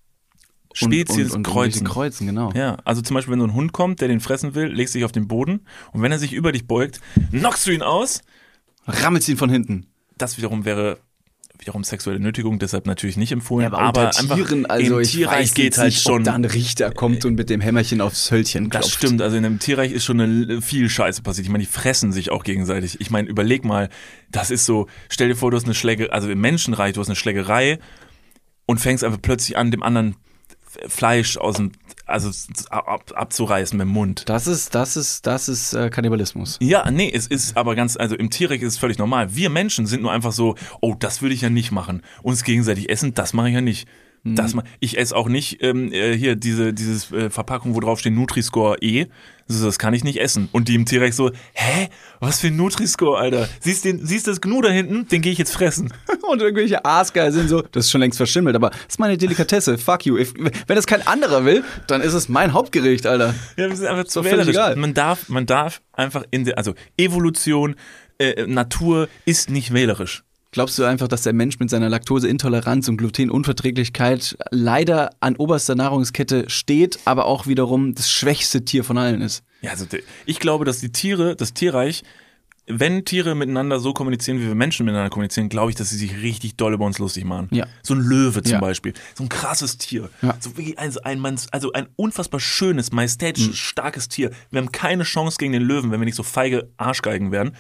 Spezies und, und, und kreuzen. kreuzen, genau. Ja, also zum Beispiel, wenn so ein Hund kommt, der den fressen will, legst du dich auf den Boden und wenn er sich über dich beugt, knockst du ihn aus, rammelst ihn von hinten. Das wiederum wäre wiederum sexuelle Nötigung, deshalb natürlich nicht empfohlen. Ja, aber, aber Tieren, also im Tierreich geht halt schon, ob da ein Richter kommt und mit dem Hämmerchen aufs Höllchen klopft. Das stimmt, also in einem Tierreich ist schon eine, viel Scheiße passiert. Ich meine, die fressen sich auch gegenseitig. Ich meine, überleg mal, das ist so, stell dir vor, du hast eine Schlägerei, also im Menschenreich, du hast eine Schlägerei und fängst einfach plötzlich an, dem anderen Fleisch aus dem, also ab, abzureißen mit dem Mund. Das ist, das ist, das ist äh, Kannibalismus. Ja, nee, es ist aber ganz, also im Tierreich ist es völlig normal. Wir Menschen sind nur einfach so, oh, das würde ich ja nicht machen. Uns gegenseitig essen, das mache ich ja nicht. Mhm. Das ma- ich esse auch nicht ähm, hier diese dieses äh, Verpackung, wo drauf steht Nutri-Score E. Also das kann ich nicht essen. Und die im Tierreich so, hä? Was für ein Nutri-Score, Alter? Siehst du siehst das Gnu da hinten? Den gehe ich jetzt fressen. Und irgendwelche Aasgeil sind so, das ist schon längst verschimmelt, aber das ist meine Delikatesse, fuck you. If, wenn das kein anderer will, dann ist es mein Hauptgericht, Alter. Ja, wir sind einfach zu wählerisch. Man darf, man darf einfach in der, also Evolution, äh, Natur ist nicht wählerisch. Glaubst du einfach, dass der Mensch mit seiner Laktoseintoleranz und Glutenunverträglichkeit leider an oberster Nahrungskette steht, aber auch wiederum das schwächste Tier von allen ist? Ja, also ich glaube, dass die Tiere, das Tierreich, wenn Tiere miteinander so kommunizieren, wie wir Menschen miteinander kommunizieren, glaube ich, dass sie sich richtig doll über uns lustig machen. Ja. So ein Löwe zum ja. Beispiel, so ein krasses Tier, ja. so wie ein, ein, also ein unfassbar schönes, majestätisches, mhm. starkes Tier. Wir haben keine Chance gegen den Löwen, wenn wir nicht so feige Arschgeigen werden.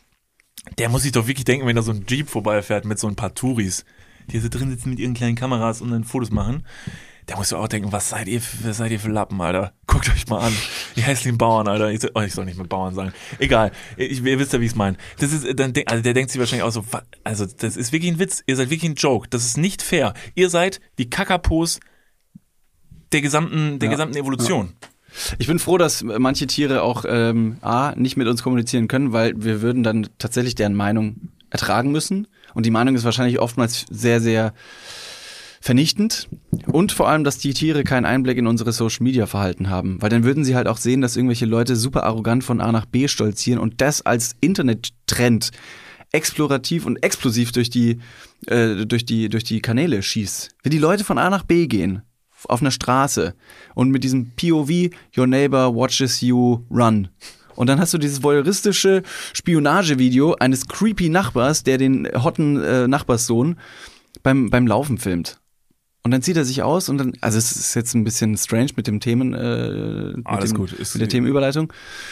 Der muss sich doch wirklich denken, wenn da so ein Jeep vorbeifährt mit so ein paar Touris, die so drin sitzen mit ihren kleinen Kameras und dann Fotos machen. Der muss doch auch denken, was seid ihr, was seid ihr für Lappen, Alter? Guckt euch mal an. Die hässlichen Bauern, Alter. Ich soll, oh, ich soll nicht mit Bauern sagen. Egal. Ich, ihr wisst ja, wie ich es meine. Das ist, dann, also der denkt sich wahrscheinlich auch so, also das ist wirklich ein Witz. Ihr seid wirklich ein Joke. Das ist nicht fair. Ihr seid die Kakapos der gesamten, der ja. gesamten Evolution. Ja. Ich bin froh, dass manche Tiere auch ähm, A, nicht mit uns kommunizieren können, weil wir würden dann tatsächlich deren Meinung ertragen müssen. Und die Meinung ist wahrscheinlich oftmals sehr, sehr vernichtend. Und vor allem, dass die Tiere keinen Einblick in unsere Social-Media-Verhalten haben. Weil dann würden sie halt auch sehen, dass irgendwelche Leute super arrogant von A nach B stolzieren und das als Internettrend explorativ und explosiv durch die, äh, durch die, durch die Kanäle schießt. Wenn die Leute von A nach B gehen, auf einer Straße und mit diesem P O V, your neighbor watches you run. Und dann hast du dieses voyeuristische Spionagevideo eines creepy Nachbars, der den hotten äh, Nachbarssohn beim, beim Laufen filmt. Und dann zieht er sich aus und dann, also es ist jetzt ein bisschen strange mit dem Themen, äh, mit, Alles dem, gut. Ist mit der Themenüberleitung.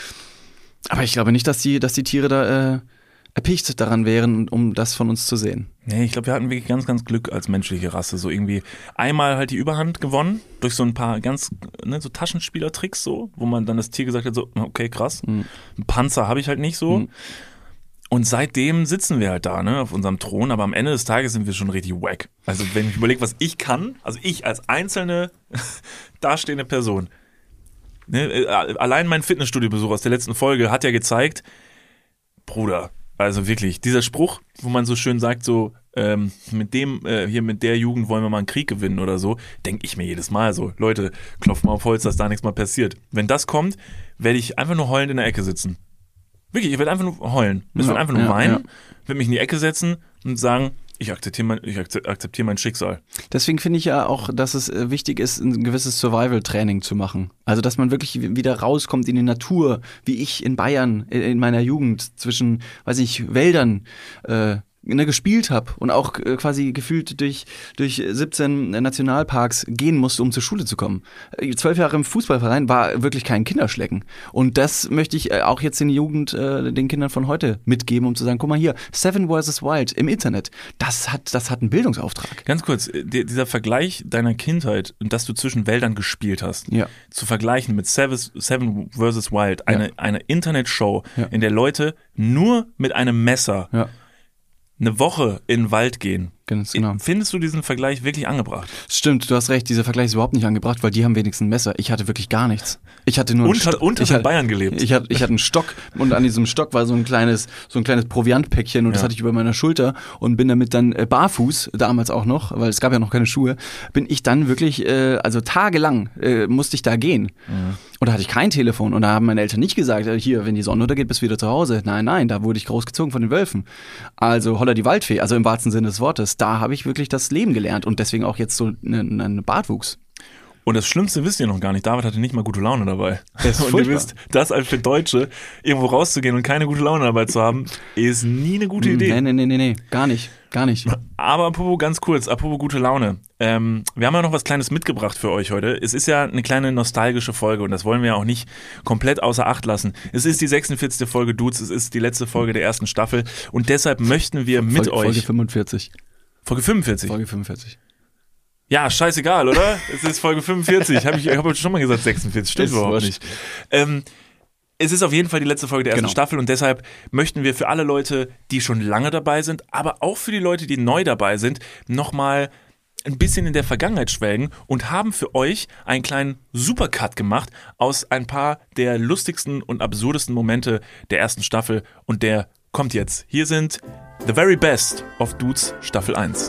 Aber ich glaube nicht, dass die, dass die Tiere da äh, erpicht daran wären, um das von uns zu sehen. Nee, ich glaube, wir hatten wirklich ganz, ganz Glück als menschliche Rasse. So irgendwie einmal halt die Überhand gewonnen durch so ein paar ganz, ne, so Taschenspielertricks so, wo man dann das Tier gesagt hat, so, okay, krass, mhm. einen Panzer habe ich halt nicht so. Mhm. Und seitdem sitzen wir halt da, ne, auf unserem Thron, aber am Ende des Tages sind wir schon richtig wack. Also wenn ich überlege, was ich kann, also ich als einzelne dastehende Person, ne, allein mein Fitnessstudio-Besuch aus der letzten Folge hat ja gezeigt, Bruder, also wirklich, dieser Spruch, wo man so schön sagt, so, ähm, mit dem, äh, hier mit der Jugend wollen wir mal einen Krieg gewinnen oder so, denke ich mir jedes Mal so, Leute, klopft mal auf Holz, dass da nichts mal passiert. Wenn das kommt, werde ich einfach nur heulend in der Ecke sitzen. Wirklich, ich werde einfach nur heulen. Ich Ja, werde einfach nur ja, weinen, ja. werde mich in die Ecke setzen und sagen, ich akzeptiere mein, ich akzeptiere mein Schicksal. Deswegen finde ich ja auch, dass es äh, wichtig ist, ein gewisses Survival-Training zu machen. Also, dass man wirklich wieder rauskommt in die Natur, wie ich in Bayern in, in meiner Jugend zwischen, weiß ich, Wäldern äh, ne, gespielt habe und auch äh, quasi gefühlt durch, durch siebzehn Nationalparks gehen musste, um zur Schule zu kommen. Äh, Zwölf Jahre im Fußballverein war wirklich kein Kinderschlecken. Und das möchte ich äh, auch jetzt den Jugend, äh, den Kindern von heute mitgeben, um zu sagen, guck mal hier, Seven versus. Wild im Internet, das hat, das hat einen Bildungsauftrag. Ganz kurz, die, dieser Vergleich deiner Kindheit und dass du zwischen Wäldern gespielt hast, Ja. zu vergleichen mit Seven, Seven versus. Wild, eine, Ja. eine Internetshow, Ja. in der Leute nur mit einem Messer Ja. eine Woche in den Wald gehen. Ganz genau. Findest du diesen Vergleich wirklich angebracht? Stimmt, du hast recht, dieser Vergleich ist überhaupt nicht angebracht, weil die haben wenigstens ein Messer. Ich hatte wirklich gar nichts. Ich hatte nur einen Und hat, Stock. und hat ich in hatte, Bayern gelebt. Ich hatte, ich hatte einen Stock und an diesem Stock war so ein kleines, so ein kleines Proviantpäckchen und das Ja. hatte ich über meiner Schulter und bin damit dann äh, barfuß, damals auch noch, weil es gab ja noch keine Schuhe, bin ich dann wirklich, äh, also tagelang äh, musste ich da gehen. Mhm. Und da hatte ich kein Telefon und da haben meine Eltern nicht gesagt, äh, hier, wenn die Sonne untergeht, bist du wieder zu Hause. Nein, nein, da wurde ich großgezogen von den Wölfen. Also holla die Waldfee, also im wahrsten Sinne des Wortes. Da habe ich wirklich das Leben gelernt und deswegen auch jetzt so einen eine Bartwuchs. Und das Schlimmste wisst ihr noch gar nicht, David hatte nicht mal gute Laune dabei. Das ist und ihr furchtbar. wisst, das als für Deutsche, irgendwo rauszugehen und keine gute Laune dabei zu haben, ist nie eine gute Idee. Nee, nee, nee, nee, nee, gar nicht, gar nicht. Aber apropos ganz kurz, apropos gute Laune. Ähm, wir haben ja noch was Kleines mitgebracht für euch heute. Es ist ja eine kleine nostalgische Folge und das wollen wir ja auch nicht komplett außer Acht lassen. Es ist die sechsundvierzigste Folge Dudes, es ist die letzte Folge der ersten Staffel und deshalb möchten wir mit Folge, euch... Folge fünfundvierzig. Folge fünfundvierzig? Folge fünfundvierzig. Ja, scheißegal, oder? Es ist Folge fünfundvierzig. Hab ich ich habe heute schon mal gesagt sechsundvierzig. Stimmt Ist überhaupt wurscht. nicht. Ähm, es ist auf jeden Fall die letzte Folge der ersten Genau. Staffel und deshalb möchten wir für alle Leute, die schon lange dabei sind, aber auch für die Leute, die neu dabei sind, nochmal ein bisschen in der Vergangenheit schwelgen und haben für euch einen kleinen Supercut gemacht aus ein paar der lustigsten und absurdesten Momente der ersten Staffel und der kommt jetzt. Hier sind The Very Best of Dudes Staffel eins.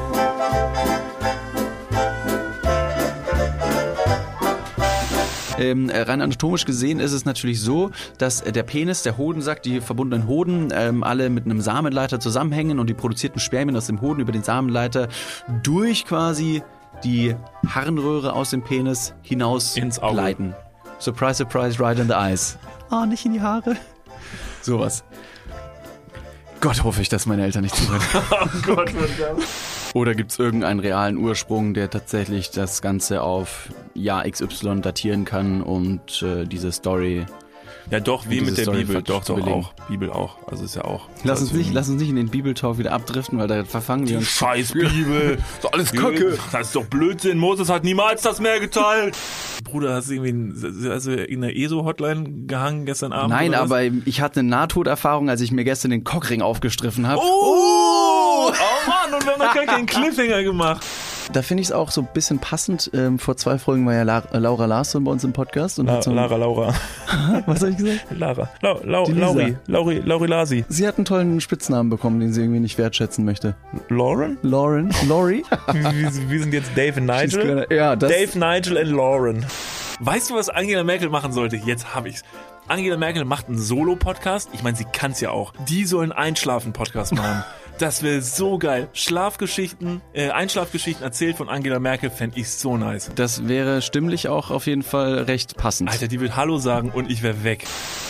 Ähm, äh, rein anatomisch gesehen ist es natürlich so, dass äh, der Penis, der Hodensack, die verbundenen Hoden ähm, alle mit einem Samenleiter zusammenhängen und die produzierten Spermien aus dem Hoden über den Samenleiter durch quasi die Harnröhre aus dem Penis hinaus Ins Auge. gleiten. Surprise, surprise, right in the eyes. Oh, nicht in die Haare. Sowas. Gott, hoffe ich, dass meine Eltern nicht zuhören. Oh Gott, verdammt. Oder gibt es irgendeinen realen Ursprung, der tatsächlich das Ganze auf Jahr X Y datieren kann und äh, diese Story... Ja, doch, wie diese mit der Story Bibel. faktisch Doch, zu doch belegen. auch. Bibel auch. Also ist ja auch. Lass uns, also, nicht, lass uns nicht in den Bibeltalk wieder abdriften, weil da verfangen wir Die uns. scheiß Bibel. Ist doch alles Kacke. Das ist doch Blödsinn. Moses hat niemals das Meer geteilt. Bruder, hast du irgendwie in, also in der E S O-Hotline gehangen gestern Abend? Nein, oder was? aber ich hatte eine Nahtoderfahrung, als ich mir gestern den Cockring aufgestriffen habe. Oh! Oh Mann, und wir haben noch gar keinen Cliffhanger gemacht. Da finde ich es auch so ein bisschen passend. Ähm, vor zwei Folgen war ja La Laura Larsson bei uns im Podcast. Und La, hat so ein, Lara, Laura. Was habe ich gesagt? Lara. La, La, Die Lisa. Lauri. Lauri. Lauri Lasi. Sie hat einen tollen Spitznamen bekommen, den sie irgendwie nicht wertschätzen möchte. Lauren? Lauren? Lori? Wie, wie sind jetzt Dave und She's Nigel? gonna- Ja, das... Dave, Nigel und Lauren. Weißt du, was Angela Merkel machen sollte? Jetzt hab ich's. Angela Merkel macht einen Solo-Podcast. Ich meine, sie kann's ja auch. Die sollen einen Einschlafen-Podcast machen. Das wäre so geil. Schlafgeschichten, äh, Einschlafgeschichten erzählt von Angela Merkel, fände ich so nice. Das wäre stimmlich auch auf jeden Fall recht passend. Alter, die wird Hallo sagen und ich wäre weg.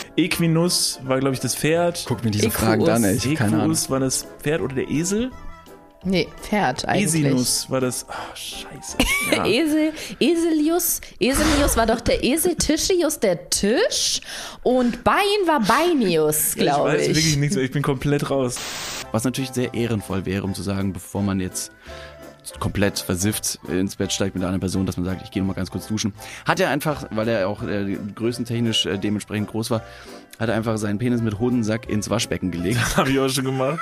Equinus war, glaube ich, das Pferd. Guck mir diese Equus. Fragen an, ey. Ich hab keine Ahnung. Equus war das Pferd oder der Esel? Nee, Pferd eigentlich. Esinus war das. Oh, scheiße. Ja. Esel, Eselius, Eselius war doch der Esel, Tischius der Tisch und Bein war Beinius, glaube Ich ich. weiß wirklich nichts mehr, ich bin komplett raus. Was natürlich sehr ehrenvoll wäre, um zu sagen, bevor man jetzt komplett versifft ins Bett steigt mit einer Person, dass man sagt, ich gehe noch mal ganz kurz duschen. Hat er einfach, weil er auch äh, größentechnisch äh, dementsprechend groß war, hat er einfach seinen Penis mit Hodensack ins Waschbecken gelegt. Habe ich auch schon gemacht.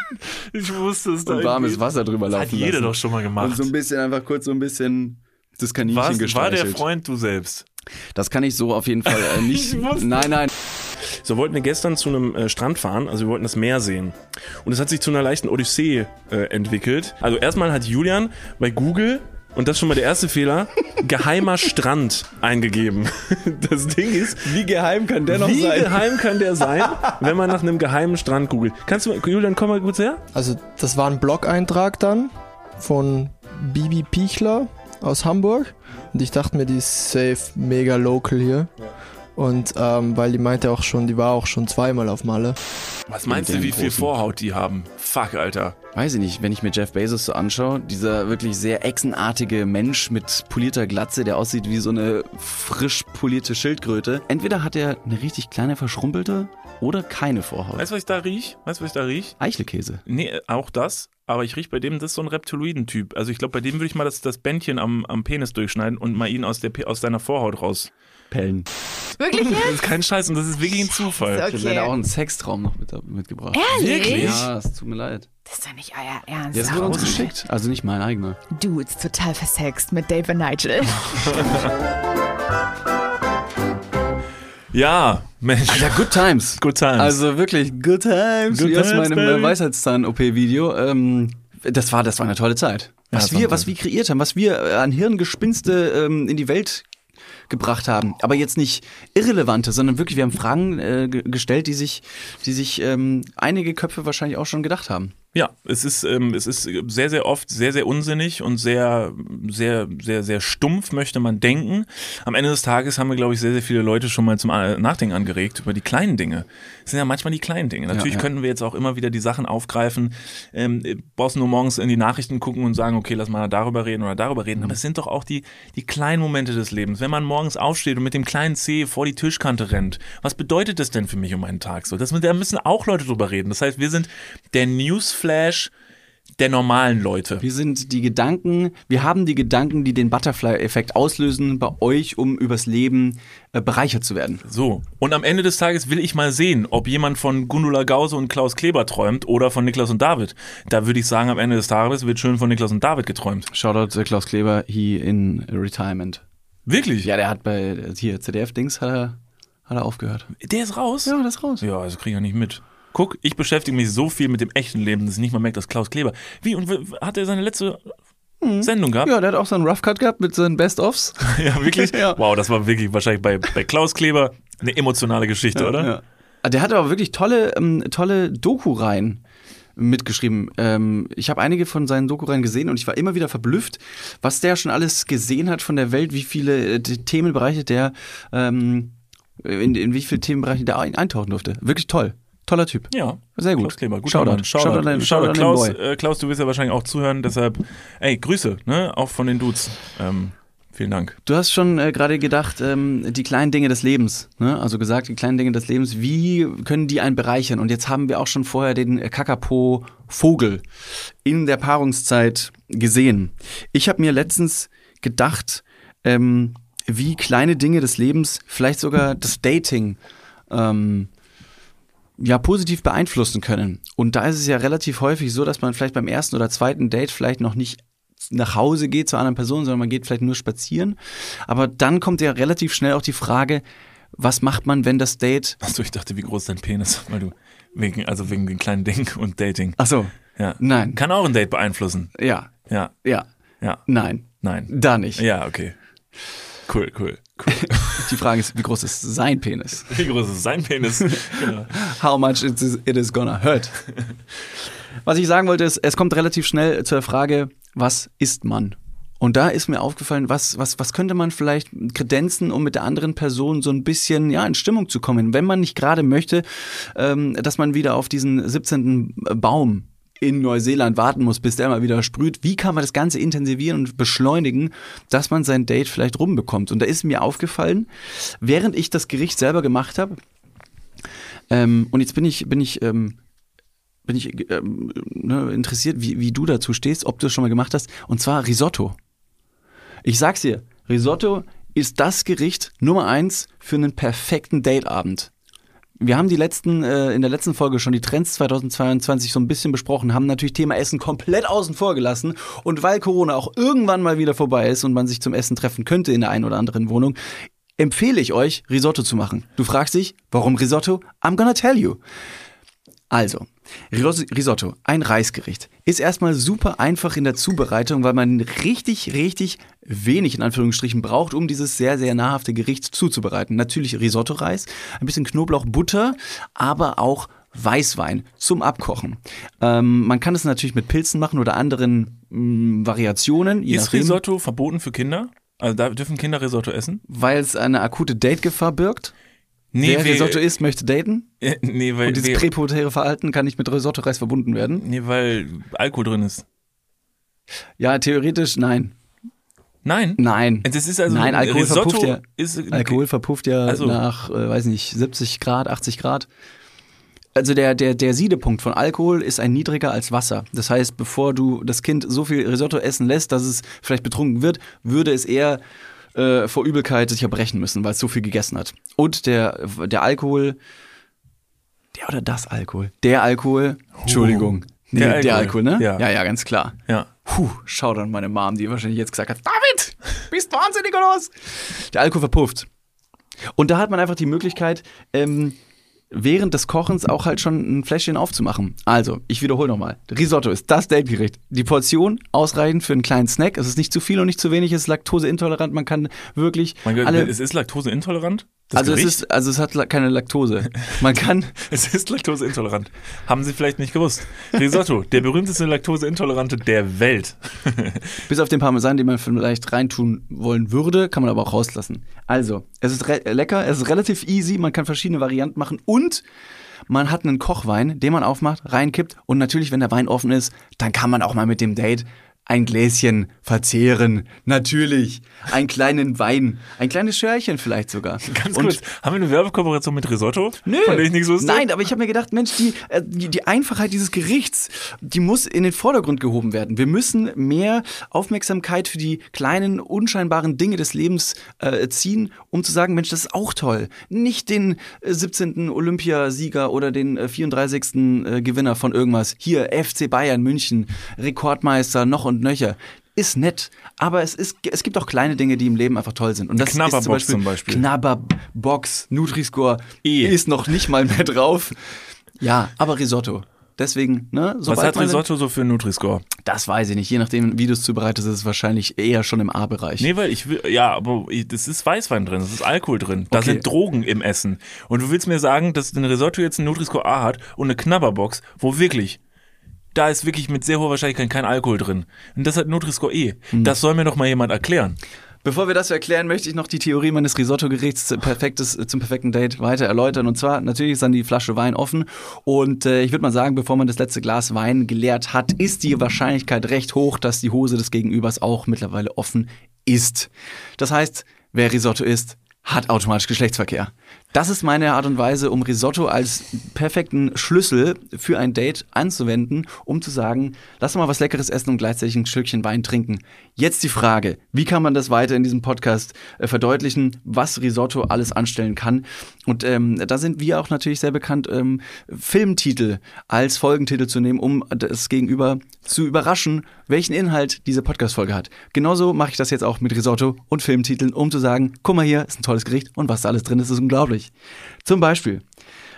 Ich wusste es da. Und warmes irgendwie. Wasser drüber Das laufen hat jeder lassen. doch schon mal gemacht. Und so ein bisschen einfach kurz so ein bisschen das Kaninchen War's, war gestreichelt. der Freund du selbst? Das kann ich so auf jeden Fall äh, nicht. Ich wusste- Nein, nein. So wollten wir gestern zu einem äh, Strand fahren, also wir wollten das Meer sehen. Und es hat sich zu einer leichten Odyssee äh, entwickelt. Also erstmal hat Julian bei Google, und das ist schon mal der erste Fehler, geheimer Strand eingegeben. Das Ding ist, Wie geheim kann der noch wie sein? geheim kann der sein, wenn man nach einem geheimen Strand googelt? Kannst du, Julian, komm mal kurz her. Also das war ein Blog-Eintrag dann von Bibi Pichler aus Hamburg und ich dachte mir, die ist safe mega local hier. Und ähm, weil die meinte auch schon, die war auch schon zweimal auf Malle. Was meinst In du, dem wie viel großen- Vorhaut die haben? Fuck, Alter. Weiß ich nicht, wenn ich mir Jeff Bezos so anschaue, dieser wirklich sehr echsenartige Mensch mit polierter Glatze, der aussieht wie so eine frisch polierte Schildkröte. Entweder hat er eine richtig kleine, verschrumpelte oder keine Vorhaut. Weißt du, was ich da riech? Weißt du, was ich da riech? Eichelkäse. Nee, äh, auch das. Aber ich riech bei dem, das ist so ein Reptiloiden-Typ. Also ich glaube, bei dem würde ich mal das, das Bändchen am, am Penis durchschneiden und mal ihn aus, der, Pe- aus seiner Vorhaut raus. Pellen. Wirklich Das jetzt? ist kein Scheiß und das ist wirklich ein Zufall. Okay. Ich habe leider auch einen Sextraum noch mit, mitgebracht. Ehrlich? Wirklich? Ja, es tut mir leid. Das ist doch nicht euer Ernst. Der ist wurde uns geschickt, also nicht mein eigener. Dudes, total versext mit Dave und Nigel. Ja, Mensch. Ja, good times. Good times. Also wirklich, good times. Good Wie aus times, meinem baby. äh, Weisheitszahn-O P-Video. Ähm, das war, das war eine tolle Zeit. Ja, Was das war wir, toll. was wir kreiert haben, was wir äh, an Hirngespinste ähm, in die Welt gebracht haben. Aber jetzt nicht irrelevante, sondern wirklich, wir haben Fragen äh, ge- gestellt, die sich, die sich ähm, einige Köpfe wahrscheinlich auch schon gedacht haben. Ja, es ist, ähm, es ist sehr, sehr oft sehr, sehr unsinnig und sehr, sehr, sehr, sehr stumpf, möchte man denken. Am Ende des Tages haben wir, glaube ich, sehr, sehr viele Leute schon mal zum äh, Nachdenken angeregt über die kleinen Dinge. Es sind ja manchmal die kleinen Dinge. Natürlich Ja, ja. könnten wir jetzt auch immer wieder die Sachen aufgreifen, ähm, brauchst nur morgens in die Nachrichten gucken und sagen, okay, lass mal darüber reden oder darüber reden. Aber es sind doch auch die, die kleinen Momente des Lebens. Wenn man morgens aufsteht und mit dem kleinen Zeh vor die Tischkante rennt, was bedeutet das denn für mich um meinen Tag so? Das, da müssen auch Leute drüber reden. Das heißt, wir sind der Newsflash der normalen Leute. Wir sind die Gedanken, wir haben die Gedanken, die den Butterfly-Effekt auslösen bei euch, um übers Leben äh, bereichert zu werden. So. Und am Ende des Tages will ich mal sehen, ob jemand von Gundula Gause und Klaus Kleber träumt oder von Niklas und David. Da würde ich sagen, am Ende des Tages wird schön von Niklas und David geträumt. Shoutout äh, Klaus Kleber, he in retirement. Wirklich? Ja, der hat bei äh, hier Z D F-Dings hat er, hat er aufgehört. Der ist raus? Ja, das ist raus. Ja, also kriege ich ja nicht mit. Guck, ich beschäftige mich so viel mit dem echten Leben, dass ich nicht mal merke, dass Klaus Kleber. Wie, und w- hat er seine letzte Sendung gehabt? Ja, der hat auch so einen Rough Cut gehabt mit seinen Best-Offs. Ja, wirklich? Ja. Wow, das war wirklich wahrscheinlich bei, bei Klaus Kleber eine emotionale Geschichte, oder? Ja. Der hat aber wirklich tolle, ähm, tolle Doku-Reihen mitgeschrieben. Ähm, ich habe einige von seinen Doku-Reihen gesehen und ich war immer wieder verblüfft, was der schon alles gesehen hat von der Welt, wie viele äh, die Themenbereiche der, ähm, in, in wie viele Themenbereiche der ein- eintauchen durfte. Wirklich toll. Toller Typ. Ja. Sehr gut. Klaus Kleber, guter Shoutout. Mann. Shoutout, Shoutout an- Shoutout, Shoutout an den Klaus, Boy. äh, Klaus, du wirst ja wahrscheinlich auch zuhören, deshalb, ey, Grüße, ne, auch von den Dudes. Ähm, vielen Dank. Du hast schon äh, gerade gedacht, ähm, die kleinen Dinge des Lebens, ne? Also gesagt, die kleinen Dinge des Lebens, wie können die einen bereichern? Und jetzt haben wir auch schon vorher den äh, Kakapo-Vogel in der Paarungszeit gesehen. Ich habe mir letztens gedacht, ähm, wie kleine Dinge des Lebens, vielleicht sogar das Dating, ähm, ja, positiv beeinflussen können. Und da ist es ja relativ häufig so, dass man vielleicht beim ersten oder zweiten Date vielleicht noch nicht nach Hause geht zur anderen Person, sondern man geht vielleicht nur spazieren. Aber dann kommt ja relativ schnell auch die Frage, was macht man, wenn das Date... Achso, ich dachte, wie groß ist dein Penis? Weil du, wegen, also wegen den kleinen Ding und Dating. Ach so, Ja. nein. Kann auch ein Date beeinflussen. Ja, Ja, ja, ja, nein, nein. da nicht. Ja, okay. Cool, cool, cool. Die Frage ist, wie groß ist sein Penis? Wie groß ist sein Penis? Genau. How much it is, it is gonna hurt? Was ich sagen wollte ist, es kommt relativ schnell zur Frage, was ist man? Und da ist mir aufgefallen, was, was, was könnte man vielleicht kredenzen, um mit der anderen Person so ein bisschen ja, in Stimmung zu kommen, wenn man nicht gerade möchte, ähm, dass man wieder auf diesen siebzehnten Baum in Neuseeland warten muss, bis der mal wieder sprüht. Wie kann man das Ganze intensivieren und beschleunigen, dass man sein Date vielleicht rumbekommt? Und da ist mir aufgefallen, während ich das Gericht selber gemacht habe, ähm, und jetzt bin ich, bin ich, ähm, bin ich ähm, ne, interessiert, wie, wie du dazu stehst, ob du es schon mal gemacht hast, und zwar Risotto. Ich sag's dir, Risotto ist das Gericht Nummer eins für einen perfekten Dateabend. Wir haben die letzten, äh, in der letzten Folge schon die Trends zweitausendzweiundzwanzig so ein bisschen besprochen, haben natürlich Thema Essen komplett außen vor gelassen. Und weil Corona auch irgendwann mal wieder vorbei ist und man sich zum Essen treffen könnte in der einen oder anderen Wohnung, empfehle ich euch, Risotto zu machen. Du fragst dich, warum Risotto? I'm gonna tell you. Also, Risotto, ein Reisgericht, ist erstmal super einfach in der Zubereitung, weil man richtig, richtig wenig in Anführungsstrichen braucht, um dieses sehr, sehr nahrhafte Gericht zuzubereiten. Natürlich Risotto-Reis, ein bisschen Knoblauch, Butter, aber auch Weißwein zum Abkochen. Ähm, man kann es natürlich mit Pilzen machen oder anderen mh, Variationen. Je Ist nachdem, Risotto verboten für Kinder? Also da dürfen Kinder Risotto essen? weil es eine akute Date-Gefahr birgt. Nee, Wer wir- Risotto isst, möchte daten. Äh, nee, weil, Und dieses wir- präpubertäre Verhalten kann nicht mit Risotto-Reis verbunden werden. nee, weil Alkohol drin ist. Ja, theoretisch nein. Nein? Nein. Das ist also Nein, Alkohol Risotto verpufft ja. ist Alkohol verpufft ja Also. nach, äh, weiß nicht, siebzig Grad, achtzig Grad. Also der, der, der Siedepunkt von Alkohol ist ein niedriger als Wasser. Das heißt, bevor du das Kind so viel Risotto essen lässt, dass es vielleicht betrunken wird, würde es eher äh, vor Übelkeit sich erbrechen müssen, weil es so viel gegessen hat. Und der, der Alkohol, der oder das Alkohol? Der Alkohol, Entschuldigung. Nee, Der der, Alkohol, Alkohol, ne? ja. ja, ja, ganz klar. Ja. Puh, schau dann meine Mom, die wahrscheinlich jetzt gesagt hat, David, bist wahnsinnig oder was? Der Alkohol verpufft. Und da hat man einfach die Möglichkeit, ähm, während des Kochens auch halt schon ein Fläschchen aufzumachen. Also, ich wiederhole nochmal. Risotto ist das Dategericht. Die Portion ausreichend für einen kleinen Snack. Es ist nicht zu viel und nicht zu wenig, es ist laktoseintolerant. Man kann wirklich Mein Gott, alle... es ist laktoseintolerant? Das Also es, Gericht? ist, also es hat la- keine Laktose. Man kann... Es ist laktoseintolerant. Haben Sie vielleicht nicht gewusst. Risotto, der berühmteste Laktoseintolerante der Welt. Bis auf den Parmesan, den man vielleicht reintun wollen würde, kann man aber auch rauslassen. Also, es ist re- lecker, es ist relativ easy, man kann verschiedene Varianten machen und man hat einen Kochwein, den man aufmacht, reinkippt und natürlich, wenn der Wein offen ist, dann kann man auch mal mit dem Date ein Gläschen verzehren. Natürlich. Einen kleinen Wein. Ein kleines Schörchen vielleicht sogar. Ganz und kurz, haben wir eine Werbekooperation mit Risotto? Nö. Von der ich nichts wusste? Nein, aber ich habe mir gedacht, Mensch, die, äh, die, die Einfachheit dieses Gerichts, die muss in den Vordergrund gehoben werden. Wir müssen mehr Aufmerksamkeit für die kleinen, unscheinbaren Dinge des Lebens äh, ziehen, um zu sagen, Mensch, das ist auch toll. Nicht den äh, siebzehnten Olympiasieger oder den äh, vierunddreißigsten Äh, Gewinner von irgendwas. Hier, F C Bayern München, Rekordmeister, noch und nöcher. Ist nett, aber es, ist, es gibt auch kleine Dinge, die im Leben einfach toll sind. Und das Knabberbox ist zum Beispiel, zum Beispiel. Knabberbox, Nutri-Score E. ist noch nicht mal mehr drauf. Ja, aber Risotto. Deswegen, ne? Was sobald hat man- Risotto so für einen Nutri-Score? Das weiß ich nicht. Je nachdem, wie du es zubereitest, ist es wahrscheinlich eher schon im A-Bereich. Nee, weil ich will, ja, aber ich- das ist Weißwein drin, das ist Alkohol drin, da Okay. sind Drogen im Essen. Und du willst mir sagen, dass ein Risotto jetzt einen Nutri-Score A hat und eine Knabberbox, wo wirklich, da ist wirklich mit sehr hoher Wahrscheinlichkeit kein Alkohol drin. Und das hat Nutri-Score E. Hm. Das soll mir doch mal jemand erklären. Bevor wir das erklären, möchte ich noch die Theorie meines Risotto-Gerichts zum, perfektes, zum perfekten Date weiter erläutern. Und zwar, natürlich ist dann die Flasche Wein offen. Und äh, ich würde mal sagen, bevor man das letzte Glas Wein geleert hat, ist die Wahrscheinlichkeit recht hoch, dass die Hose des Gegenübers auch mittlerweile offen ist. Das heißt, wer Risotto isst, hat automatisch Geschlechtsverkehr. Das ist meine Art und Weise, um Risotto als perfekten Schlüssel für ein Date anzuwenden, um zu sagen, lass doch mal was Leckeres essen und gleichzeitig ein Stückchen Wein trinken. Jetzt die Frage, wie kann man das weiter in diesem Podcast äh, verdeutlichen, was Risotto alles anstellen kann? Und ähm, da sind wir auch natürlich sehr bekannt, ähm, Filmtitel als Folgentitel zu nehmen, um das Gegenüber zu überraschen, welchen Inhalt diese Podcast-Folge hat. Genauso mache ich das jetzt auch mit Risotto und Filmtiteln, um zu sagen, guck mal hier, ist ein tolles Gericht und was da alles drin ist, ist unglaublich. Zum Beispiel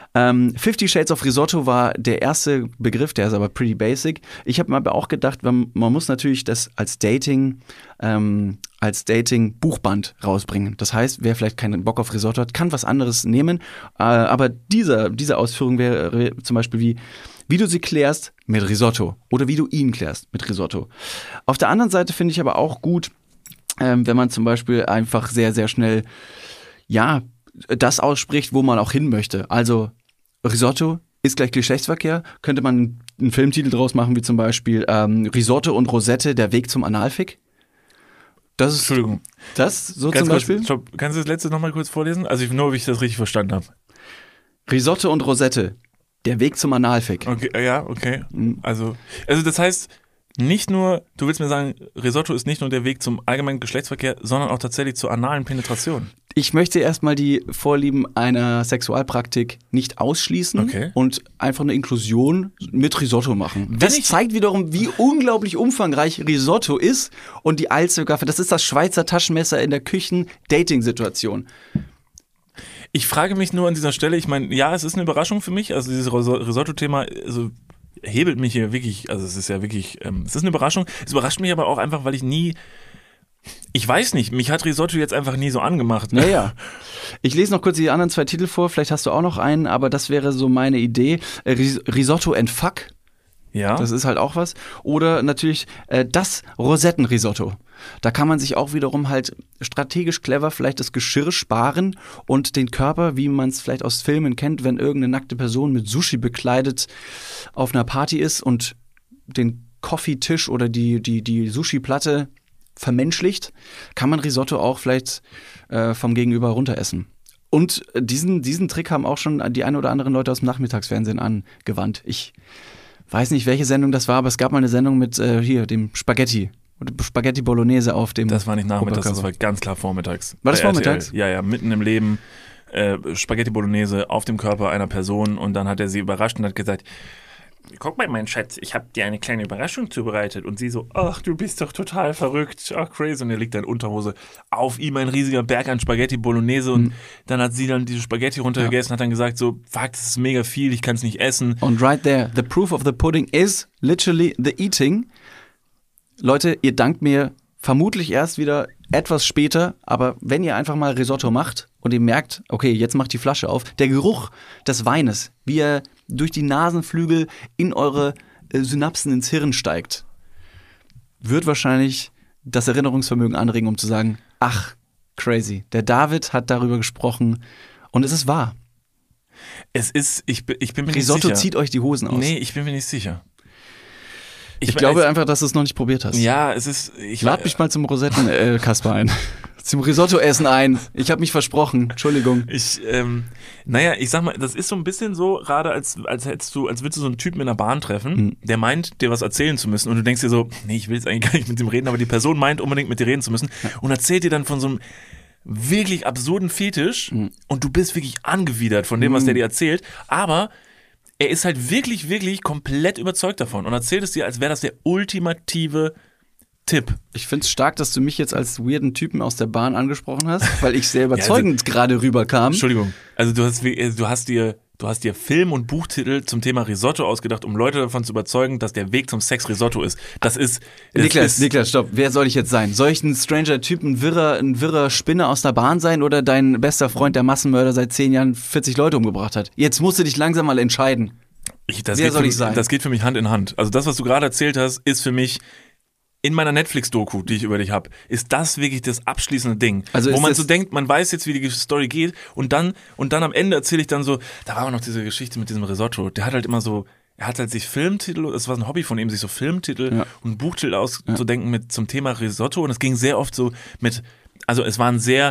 Ähm, Fifty Shades of Risotto war der erste Begriff, der ist aber pretty basic. Ich habe mir aber auch gedacht, man, man muss natürlich das als Dating, ähm, als Dating-Buchband rausbringen. Das heißt, wer vielleicht keinen Bock auf Risotto hat, kann was anderes nehmen. Äh, aber dieser, diese Ausführung wäre zum Beispiel wie, wie du sie klärst mit Risotto oder wie du ihn klärst mit Risotto. Auf der anderen Seite finde ich aber auch gut, ähm, wenn man zum Beispiel einfach sehr, sehr schnell, ja, das ausspricht, wo man auch hin möchte. Also Risotto ist gleich Geschlechtsverkehr. Könnte man einen Filmtitel draus machen, wie zum Beispiel ähm, Risotto und Rosette, der Weg zum Analfick? Das ist, Entschuldigung. Das so Ganz zum Beispiel? Kurz, stopp. Kannst du das letzte nochmal kurz vorlesen? Also ich, nur, ob ich das richtig verstanden habe. Risotto und Rosette, der Weg zum Analfick. Okay, ja, okay. Also, also das heißt, nicht nur, du willst mir sagen, Risotto ist nicht nur der Weg zum allgemeinen Geschlechtsverkehr, sondern auch tatsächlich zur analen Penetration. Ich möchte erstmal die Vorlieben einer Sexualpraktik nicht ausschließen Okay. und einfach eine Inklusion mit Risotto machen. Das ich- zeigt wiederum, wie unglaublich umfangreich Risotto ist und die Allzweckwaffe. Das ist das Schweizer Taschenmesser in der Küchen-Dating-Situation. Ich frage mich nur an dieser Stelle, ich meine, ja, es ist eine Überraschung für mich, also dieses Ris- Risotto-Thema, also hebelt mich hier wirklich, also es ist ja wirklich, ähm, es ist eine Überraschung. Es überrascht mich aber auch einfach, weil ich nie, ich weiß nicht, mich hat Risotto jetzt einfach nie so angemacht. Naja. Ich lese noch kurz die anderen zwei Titel vor, vielleicht hast du auch noch einen, aber das wäre so meine Idee. Äh, Ris- Risotto and Fuck, Ja, das ist halt auch was. Oder natürlich äh, das Rosettenrisotto. Da kann man sich auch wiederum halt strategisch clever vielleicht das Geschirr sparen und den Körper, wie man es vielleicht aus Filmen kennt, wenn irgendeine nackte Person mit Sushi bekleidet auf einer Party ist und den Coffeetisch oder die, die, die Sushi-Platte vermenschlicht, kann man Risotto auch vielleicht äh, vom Gegenüber runteressen. Und diesen, diesen Trick haben auch schon die ein oder anderen Leute aus dem Nachmittagsfernsehen angewandt. Ich weiß nicht, welche Sendung das war, aber es gab mal eine Sendung mit äh, hier, dem Spaghetti. Oder Spaghetti Bolognese auf dem das war nicht nachmittags, das Oberkörper. war ganz klar vormittags. War das Bei R T L. vormittags? Ja, ja, mitten im Leben, äh, Spaghetti Bolognese auf dem Körper einer Person und dann hat er sie überrascht und hat gesagt, guck mal, mein Schatz, ich habe dir eine kleine Überraschung zubereitet. Und sie so, ach, du bist doch total verrückt, ach, crazy. Und er liegt dann in Unterhose, auf ihm ein riesiger Berg an Spaghetti Bolognese und dann hat sie dann diese Spaghetti runtergegessen, hat dann gesagt so, fuck, das ist mega viel, ich kann es nicht essen. Und right there, the proof of the pudding is literally the eating. Leute, ihr dankt mir vermutlich erst wieder etwas später, aber wenn ihr einfach mal Risotto macht und ihr merkt, okay, jetzt macht die Flasche auf, der Geruch des Weines, wie er durch die Nasenflügel in eure äh, Synapsen ins Hirn steigt, wird wahrscheinlich das Erinnerungsvermögen anregen, um zu sagen, ach, crazy, der David hat darüber gesprochen und es ist wahr. Es ist, ich, bin- ich bin mir Risotto nicht sicher. zieht euch die Hosen aus. Nee, ich bin mir nicht sicher. ich glaube einfach, dass du es noch nicht probiert hast. ja, es ist, ich Lad mich mal zum Rosetten-Kasper ein. Zum Risotto-Essen ein. Ich habe mich versprochen. Entschuldigung. Ich, ähm, naja, ich sag mal, das ist so ein bisschen so, gerade als, als hättest du, als würdest du so einen Typen in der Bahn treffen, Mhm. der meint, dir was erzählen zu müssen und du denkst dir so, nee, ich will jetzt eigentlich gar nicht mit dem reden, aber die Person meint unbedingt mit dir reden zu müssen und erzählt dir dann von so einem wirklich absurden Fetisch Mhm. und du bist wirklich angewidert von dem, was der dir erzählt, aber er ist halt wirklich, wirklich komplett überzeugt davon und erzählt es dir, als wäre das der ultimative Tipp. Ich finde es stark, dass du mich jetzt als weirden Typen aus der Bahn angesprochen hast, weil ich sehr überzeugend gerade rüberkam. Entschuldigung. Also du hast, wie- du hast dir, du hast dir Film- und Buchtitel zum Thema Risotto ausgedacht, um Leute davon zu überzeugen, dass der Weg zum Sex Risotto ist. Das ist, das Niklas, ist Niklas, stopp. Wer soll ich jetzt sein? Soll ich ein Stranger-Typ, ein wirrer, ein wirrer Spinner aus der Bahn sein oder dein bester Freund, der Massenmörder seit zehn Jahren vierzig Leute umgebracht hat? Jetzt musst du dich langsam mal entscheiden. ich, das wer geht soll für, ich sein? Das geht für mich Hand in Hand. Also das, was du gerade erzählt hast, ist für mich in meiner Netflix-Doku, die ich über dich habe, ist das wirklich das abschließende Ding. Also wo ist man das- so denkt, man weiß jetzt, wie die Story geht und dann, und dann am Ende erzähle ich dann so, da war auch noch diese Geschichte mit diesem Risotto. Der hat halt immer so, er hat halt sich Filmtitel, es war ein Hobby von ihm, sich so Filmtitel Ja. und Buchtitel auszudenken mit zum Thema Risotto und es ging sehr oft so mit, also es waren sehr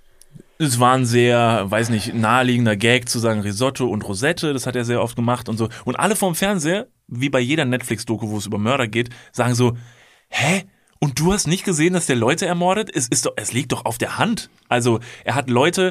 Es war ein sehr, weiß nicht, naheliegender Gag zu sagen Risotto und Rosette, das hat er sehr oft gemacht und so. Und alle vorm Fernseher, wie bei jeder Netflix-Doku, wo es über Mörder geht, sagen so, hä? Und du hast nicht gesehen, dass der Leute ermordet? Es ist doch, es liegt doch auf der Hand. Also, er hat Leute,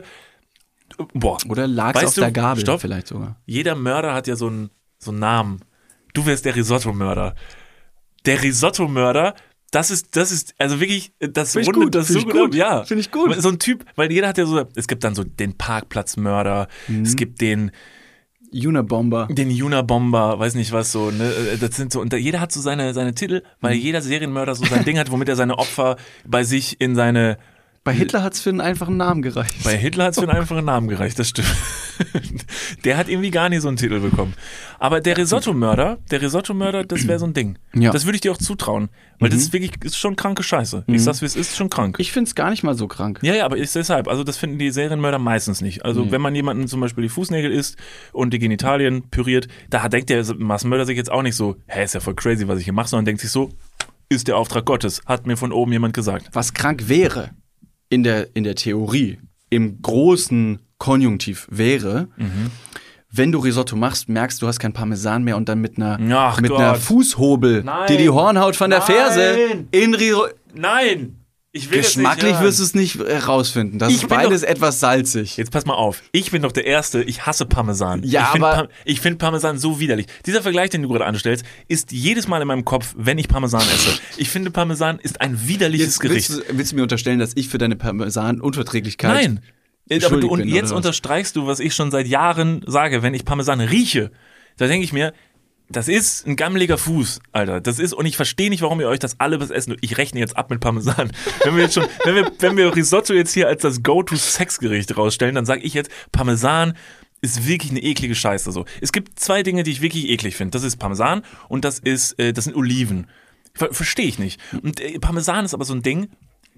boah. Oder lag es Weißt auf du, der Gabel stopp. vielleicht sogar. Jeder Mörder hat ja so einen, so einen Namen. Du wärst der Risotto-Mörder. Der Risotto-Mörder, das ist, das ist, also wirklich, das Find ich rundet gut, das find so ich gut ab. gut, Ja. find ich gut. So ein Typ, weil jeder hat ja so, es gibt dann so den Parkplatzmörder, Mhm. es gibt den, Unabomber. Den Unabomber, weiß nicht was so, ne, das sind so, und da, jeder hat so seine, seine Titel, weil jeder Serienmörder so sein Ding hat, womit er seine Opfer bei sich in seine... Bei Hitler hat's für einen einfachen Namen gereicht. Bei Hitler hat's für einen einfachen Namen gereicht, das stimmt. Der hat irgendwie gar nicht so einen Titel bekommen. Aber der Risotto-Mörder, der Risotto-Mörder, das wäre so ein Ding. Ja. Das würde ich dir auch zutrauen, weil das ist wirklich, ist schon kranke Scheiße. Ich sag's, wie es ist, schon krank. Ich find's gar nicht mal so krank. Ja, ja, aber ist deshalb. Also das finden die Serienmörder meistens nicht. Also wenn man jemanden zum Beispiel die Fußnägel isst und die Genitalien püriert, da denkt der Massenmörder sich jetzt auch nicht so, hä, ist ja voll crazy, was ich hier mache, sondern denkt sich so, ist der Auftrag Gottes, hat mir von oben jemand gesagt. Was krank wäre, in der, in der Theorie, im großen Konjunktiv wäre, mhm. wenn du Risotto machst, merkst du hast kein Parmesan mehr und dann mit einer, Ach mit Gott. einer Fußhobel, Nein. die die Hornhaut von der Nein. Ferse in Risotto... Nein! Ich will Geschmacklich das nicht wirst du es nicht herausfinden. Das Ich ist bin beides etwas salzig. Jetzt pass mal auf. Ich bin doch der Erste, ich hasse Parmesan. Ja, ich finde aber- pa ich find Parmesan so widerlich. Dieser Vergleich, den du gerade anstellst, ist jedes Mal in meinem Kopf, wenn ich Parmesan esse. Ich finde, Parmesan ist ein widerliches Jetzt Gericht. willst du, willst du mir unterstellen, dass ich für deine Parmesan-Unverträglichkeit... Nein. Aber du, schuldig und bin, jetzt oder was? unterstreichst du, was ich schon seit Jahren sage, wenn ich Parmesan rieche. Da denke ich mir, das ist ein gammeliger Fuß, Alter. Das ist, und ich verstehe nicht, warum ihr euch das alle bis essen. Ich rechne jetzt ab mit Parmesan. Wenn wir jetzt schon, wenn wir, wenn wir Risotto jetzt hier als das Go-To-Sexgericht rausstellen, dann sage ich jetzt, Parmesan ist wirklich eine eklige Scheiße. So. Es gibt zwei Dinge, die ich wirklich eklig finde. Das ist Parmesan und das ist, äh, das sind Oliven. Ver Verstehe ich nicht. Und äh, Parmesan ist aber so ein Ding,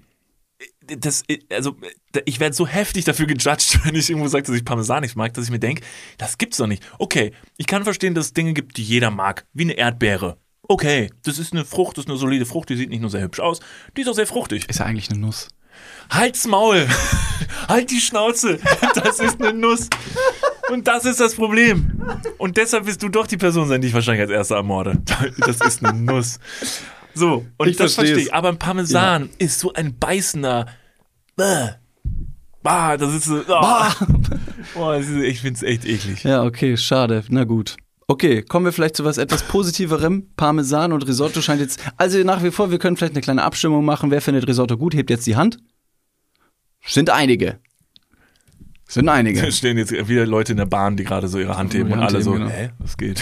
das, also, ich werde so heftig dafür gejudged, wenn ich irgendwo sage, dass ich Parmesan nicht mag, dass ich mir denke, das gibt's doch nicht. Okay, ich kann verstehen, dass es Dinge gibt, die jeder mag, wie eine Erdbeere. Okay, das ist eine Frucht, das ist eine solide Frucht, die sieht nicht nur sehr hübsch aus, die ist auch sehr fruchtig. Ist ja eigentlich eine Nuss. Halt's Maul! Halt die Schnauze! Das ist eine Nuss! Und das ist das Problem. Und deshalb wirst du doch die Person sein, die ich wahrscheinlich als Erster ermorde. Das ist eine Nuss. So, und Ich das versteh's. verstehe ich. Aber ein Parmesan ist so ein beißender. Bäh. Bah, das ist so. Oh. Boah, das ist, ich find's echt eklig. Ja, okay, schade. Na gut. Okay, kommen wir vielleicht zu was etwas Positiverem. Parmesan und Risotto scheint jetzt... Also nach wie vor, wir können vielleicht eine kleine Abstimmung machen. Wer findet Risotto gut? Hebt jetzt die Hand. Sind einige. Sind einige. Da stehen jetzt wieder Leute in der Bahn, die gerade so ihre Hand heben Die und Hand alle heben, so, genau. hä, was geht?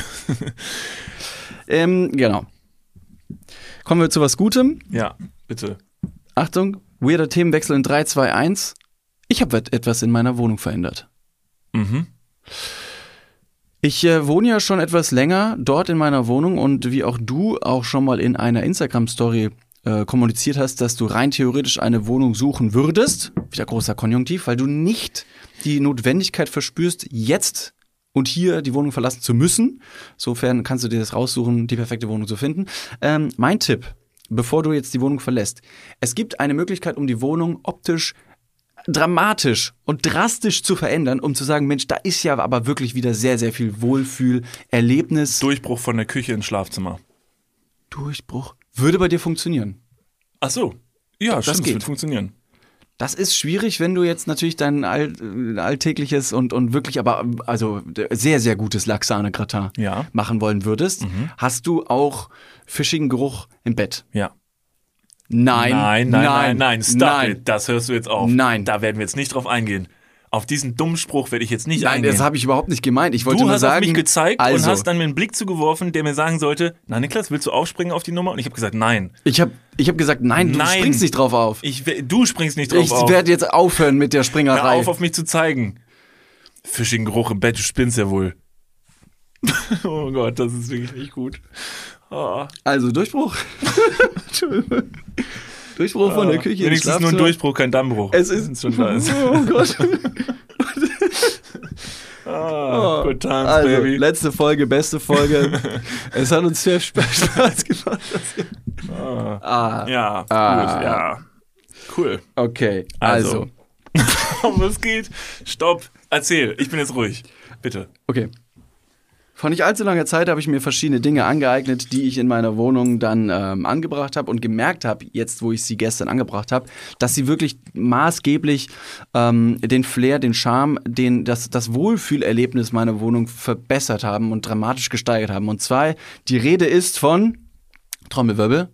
Ähm, genau. Kommen wir zu was Gutem. Ja, bitte. Achtung, weirder Themenwechsel in drei, zwei, eins. Ich habe etwas in meiner Wohnung verändert. Mhm. Ich äh, wohne ja schon etwas länger dort in meiner Wohnung und wie auch du auch schon mal in einer Instagram-Story äh, kommuniziert hast, dass du rein theoretisch eine Wohnung suchen würdest, wieder großer Konjunktiv, weil du nicht die Notwendigkeit verspürst, jetzt und hier die Wohnung verlassen zu müssen. Insofern kannst du dir das raussuchen, die perfekte Wohnung zu finden. Ähm, mein Tipp, bevor du jetzt die Wohnung verlässt, es gibt eine Möglichkeit, um die Wohnung optisch dramatisch und drastisch zu verändern, um zu sagen, Mensch, da ist ja aber wirklich wieder sehr, sehr viel Wohlfühl, Erlebnis. Durchbruch von der Küche ins Schlafzimmer. Durchbruch. Würde bei dir funktionieren. Ach so. Ja, Das stimmt, das geht. wird funktionieren. Das ist schwierig, wenn du jetzt natürlich dein all, äh, alltägliches und, und wirklich aber also sehr, sehr gutes Laxane-Gratin Ja. machen wollen würdest. Mhm. Hast du auch fischigen Geruch im Bett? Ja. Nein. Nein, nein, nein, nein, stop nein. it. Das hörst du jetzt auf. Nein. Da werden wir jetzt nicht drauf eingehen. Auf diesen dummen Spruch werde ich jetzt nicht Nein, eingehen. das habe ich überhaupt nicht gemeint. Ich wollte Du nur hast sagen, auf mich gezeigt also, und hast dann mir einen Blick zugeworfen, der mir sagen sollte, na Niklas, willst du aufspringen auf die Nummer? Und ich habe gesagt, nein. ich habe ich hab gesagt, nein, du Nein. springst nicht drauf auf. Ich, we- du springst nicht drauf Ich auf. werde jetzt aufhören mit der Hör Springerei. auf, auf mich zu zeigen. Fischigen Geruch im Bett, du spinnst ja wohl. Oh Gott, das ist wirklich nicht gut. Oh. Also Durchbruch. Entschuldigung. Durchbruch von der Küche. ins Wenigstens nur ein Schlafzimmer. Durchbruch, kein Dammbruch. Es ist schon da. Ist. Oh Gott. Ah, good times, Also, baby. letzte Folge, beste Folge. Es hat uns sehr Sp- Spaß gemacht. Ah. Ah, Ja, Ah. gut, ja. Cool. okay. Also. Also, Um was geht? Stopp. Erzähl, ich bin jetzt ruhig. Bitte. okay. Vor nicht allzu langer Zeit habe ich mir verschiedene Dinge angeeignet, die ich in meiner Wohnung dann ähm, angebracht habe und gemerkt habe, jetzt wo ich sie gestern angebracht habe, dass sie wirklich maßgeblich ähm, den Flair, den Charme, den, das, das Wohlfühlerlebnis meiner Wohnung verbessert haben und dramatisch gesteigert haben. Und zwar, die Rede ist von, Trommelwirbel,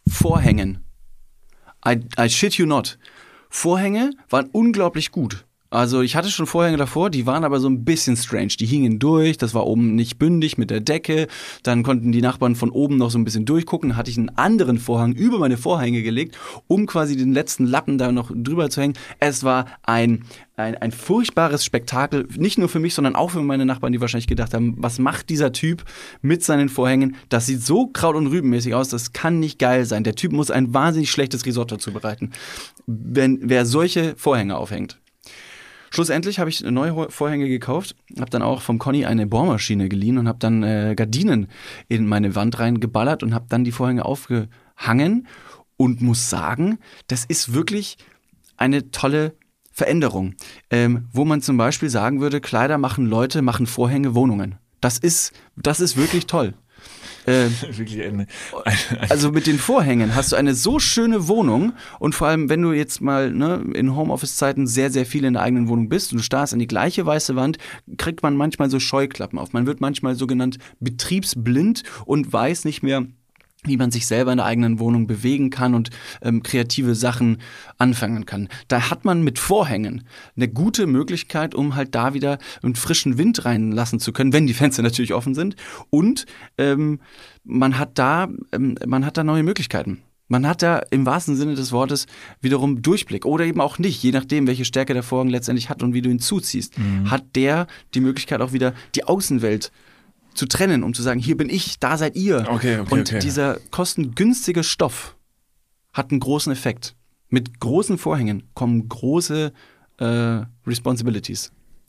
Vorhängen. I, I shit you not. Vorhänge waren unglaublich gut. Also ich hatte schon Vorhänge davor, die waren aber so ein bisschen strange. Die hingen durch, das war oben nicht bündig mit der Decke. Dann konnten die Nachbarn von oben noch so ein bisschen durchgucken. Dann hatte ich einen anderen Vorhang über meine Vorhänge gelegt, um quasi den letzten Lappen da noch drüber zu hängen. Es war ein, ein, ein furchtbares Spektakel, nicht nur für mich, sondern auch für meine Nachbarn, die wahrscheinlich gedacht haben, was macht dieser Typ mit seinen Vorhängen? Das sieht so kraut- und rübenmäßig aus, das kann nicht geil sein. Der Typ muss ein wahnsinnig schlechtes Risotto zubereiten, wenn wer solche Vorhänge aufhängt. Schlussendlich habe ich neue Vorhänge gekauft, habe dann auch vom Conny eine Bohrmaschine geliehen und habe dann äh, Gardinen in meine Wand reingeballert und habe dann die Vorhänge aufgehangen und muss sagen, das ist wirklich eine tolle Veränderung, ähm, wo man zum Beispiel sagen würde, Kleider machen Leute, machen Vorhänge Wohnungen. Das ist, das ist wirklich toll. Ähm, Wirklich eine, also mit den Vorhängen hast du eine so schöne Wohnung und vor allem, wenn du jetzt mal ne, in Homeoffice-Zeiten sehr, sehr viel in der eigenen Wohnung bist und du starrst an die gleiche weiße Wand, kriegt man manchmal so Scheuklappen auf. Man wird manchmal sogenannt betriebsblind und weiß nicht mehr, wie man sich selber in der eigenen Wohnung bewegen kann und ähm, kreative Sachen anfangen kann. Da hat man mit Vorhängen eine gute Möglichkeit, um halt da wieder einen frischen Wind reinlassen zu können, wenn die Fenster natürlich offen sind. Und ähm, man hat da, ähm, man hat da neue Möglichkeiten. Man hat da im wahrsten Sinne des Wortes wiederum Durchblick oder eben auch nicht, je nachdem, welche Stärke der Vorhang letztendlich hat und wie du ihn zuziehst. Mhm. Hat der die Möglichkeit auch wieder die Außenwelt zu trennen, um zu sagen, hier bin ich, da seid ihr. Okay, okay, und okay. dieser kostengünstige Stoff hat einen großen Effekt. Mit großen Vorhängen kommen große äh, Responsibilities.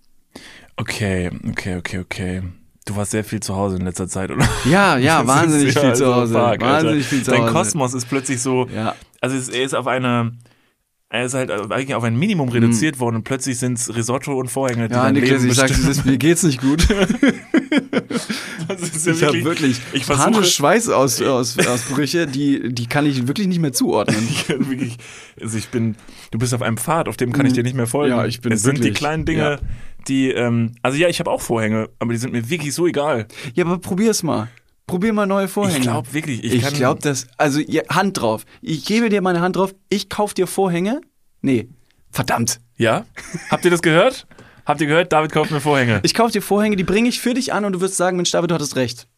Okay, okay, okay, okay. Du warst sehr viel zu Hause in letzter Zeit, oder? Ja, ja, Das wahnsinnig ist viel ja zu so Hause. stark, wahnsinnig Alter. viel zu Dein Hause. Kosmos ist plötzlich so, Ja. also es, er ist auf eine, er ist halt eigentlich auf ein Minimum reduziert worden und plötzlich sind es Risotto und Vorhänge, die Ja, dein Niklas, Leben ich sag's, bestimmen. es ist, mir geht's nicht gut. Das ist ja Ich habe wirklich ich versuche, panische Schweißausbrüche, die, die kann ich wirklich nicht mehr zuordnen. wirklich, also ich bin, du bist auf einem Pfad, auf dem kann ich dir nicht mehr folgen. Ja, ich bin Es sind die wirklich- kleinen Dinge, ja. die, ähm, also ja, ich habe auch Vorhänge, aber die sind mir wirklich so egal. Ja, aber probier's mal. Probier mal neue Vorhänge. Ich glaube wirklich, ich, Ich, kann. glaube, dass, also ja, Hand drauf. Ich gebe dir meine Hand drauf. Ich kauf dir Vorhänge. Nee, verdammt. Ja? Habt ihr das gehört? Habt ihr gehört? David kauft mir Vorhänge. Ich kauf dir Vorhänge, die bringe ich für dich an und du wirst sagen, Mensch, David, du hattest recht.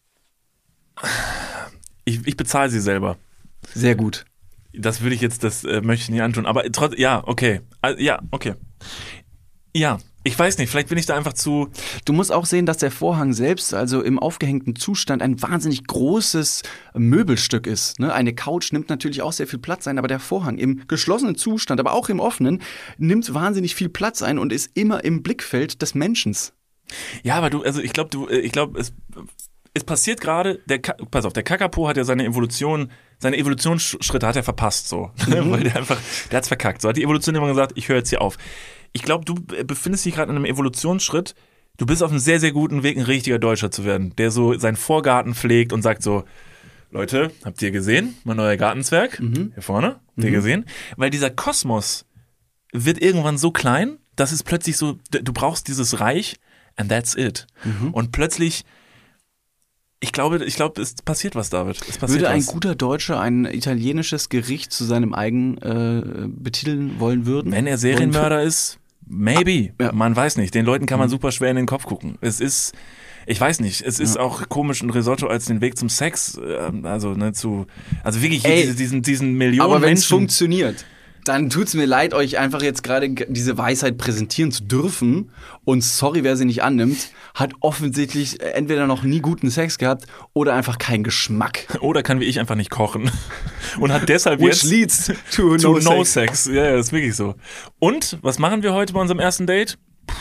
Ich, ich bezahle sie selber. Sehr gut. Das würde ich jetzt, das äh, möchte ich nicht antun. Aber trotz, ja, okay. Also, ja, okay. Ja, ich weiß nicht, vielleicht bin ich da einfach zu. Du musst auch sehen, dass der Vorhang selbst, also im aufgehängten Zustand, ein wahnsinnig großes Möbelstück ist. Ne? Eine Couch nimmt natürlich auch sehr viel Platz ein, aber der Vorhang im geschlossenen Zustand, aber auch im offenen, nimmt wahnsinnig viel Platz ein und ist immer im Blickfeld des Menschen. Ja, aber du, also ich glaube, du, äh, ich glaube, es, es passiert gerade, der, Ka- pass auf, der Kakapo hat ja seine Evolution, seine Evolutionsschritte hat er verpasst, so. Weil der einfach, der hat's verkackt. So hat die Evolution immer gesagt, ich höre jetzt hier auf. Ich glaube, du befindest dich gerade in einem Evolutionsschritt. Du bist auf einem sehr, sehr guten Weg, ein richtiger Deutscher zu werden, der so seinen Vorgarten pflegt und sagt so, Leute, habt ihr gesehen? Mein neuer Gartenzwerg? Mhm. Hier vorne? Habt ihr gesehen? Weil dieser Kosmos wird irgendwann so klein, dass es plötzlich so, du brauchst dieses Reich and that's it. Mhm. Und plötzlich, ich glaube, ich glaube, es passiert was, David. Es passiert Würde ein was. guter Deutscher ein italienisches Gericht zu seinem eigen äh, betiteln wollen würden? Wenn er Serienmörder ist, maybe. Ja. Man weiß nicht. Den Leuten kann man super schwer in den Kopf gucken. Es ist, ich weiß nicht, es ist Ja. auch komisch, ein Risotto als den Weg zum Sex, ähm, also ne, zu, also wirklich Ey, diese, diesen, diesen Millionen Aber wenn es Menschen. funktioniert, dann tut's mir leid, euch einfach jetzt gerade g- diese Weisheit präsentieren zu dürfen. Und sorry, wer sie nicht annimmt, hat offensichtlich entweder noch nie guten Sex gehabt oder einfach keinen Geschmack. Oder kann wie ich einfach nicht kochen. Und hat deshalb Which jetzt leads to, to no, no, sex. sex. Ja, ja, das ist wirklich so. Und, was machen wir heute bei unserem ersten Date? Puh,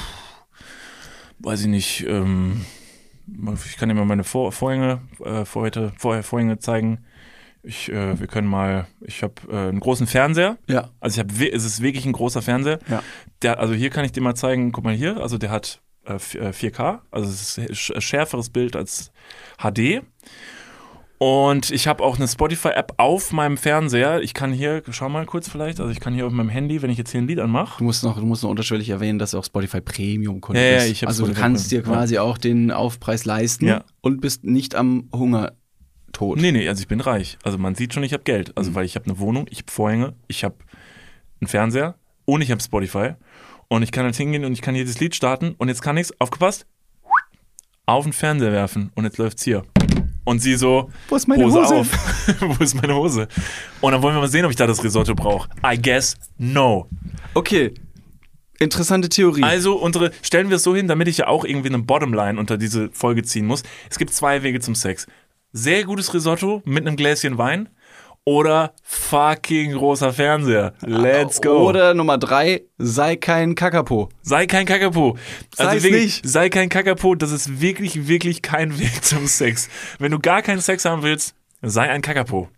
weiß ich nicht, ähm, ich kann dir mal meine Vor Vorhänge, äh, vor heute, Vor Vorhänge zeigen. Ich, äh, wir können mal, ich habe äh, einen großen Fernseher. Ja. Also ich habe, es ist wirklich ein großer Fernseher. Ja. Der, also hier kann ich dir mal zeigen, guck mal hier, also der hat äh, f- äh, vier K, also es ist sch- schärferes Bild als H D. Und ich habe auch eine Spotify-App auf meinem Fernseher. Ich kann hier, schau mal kurz vielleicht, also ich kann hier auf meinem Handy, wenn ich jetzt hier ein Lied anmache. Du musst noch, du musst noch unterschwellig erwähnen, dass du auch Spotify Premium Kunde Ja, ja, bist. ich hab also du Spotify kannst dir Premium, quasi auch den Aufpreis leisten Ja. und bist nicht am Hungertod. Nee, nee, also ich bin reich. Also man sieht schon, ich habe Geld. Also weil ich habe eine Wohnung, ich habe Vorhänge, ich habe einen Fernseher und ich habe Spotify. Und ich kann halt hingehen und ich kann jedes Lied starten und jetzt kann ich's, aufgepasst, auf den Fernseher werfen und jetzt läuft's hier. Und sie so, wo ist meine Hose, Hose? auf. Wo ist meine Hose? Und dann wollen wir mal sehen, ob ich da das Risotto brauche. I guess no. Okay, interessante Theorie. Also unsere, stellen wir es so hin, damit ich ja auch irgendwie eine Bottomline unter diese Folge ziehen muss. Es gibt zwei Wege zum Sex. Sehr gutes Risotto mit einem Gläschen Wein oder fucking großer Fernseher. Let's go. Oder Nummer drei, sei kein Kakapo. Sei kein Kakapo. Also Sei es wirklich, nicht. Sei kein Kakapo, das ist wirklich, wirklich kein Weg zum Sex. Wenn du gar keinen Sex haben willst, sei ein Kakapo.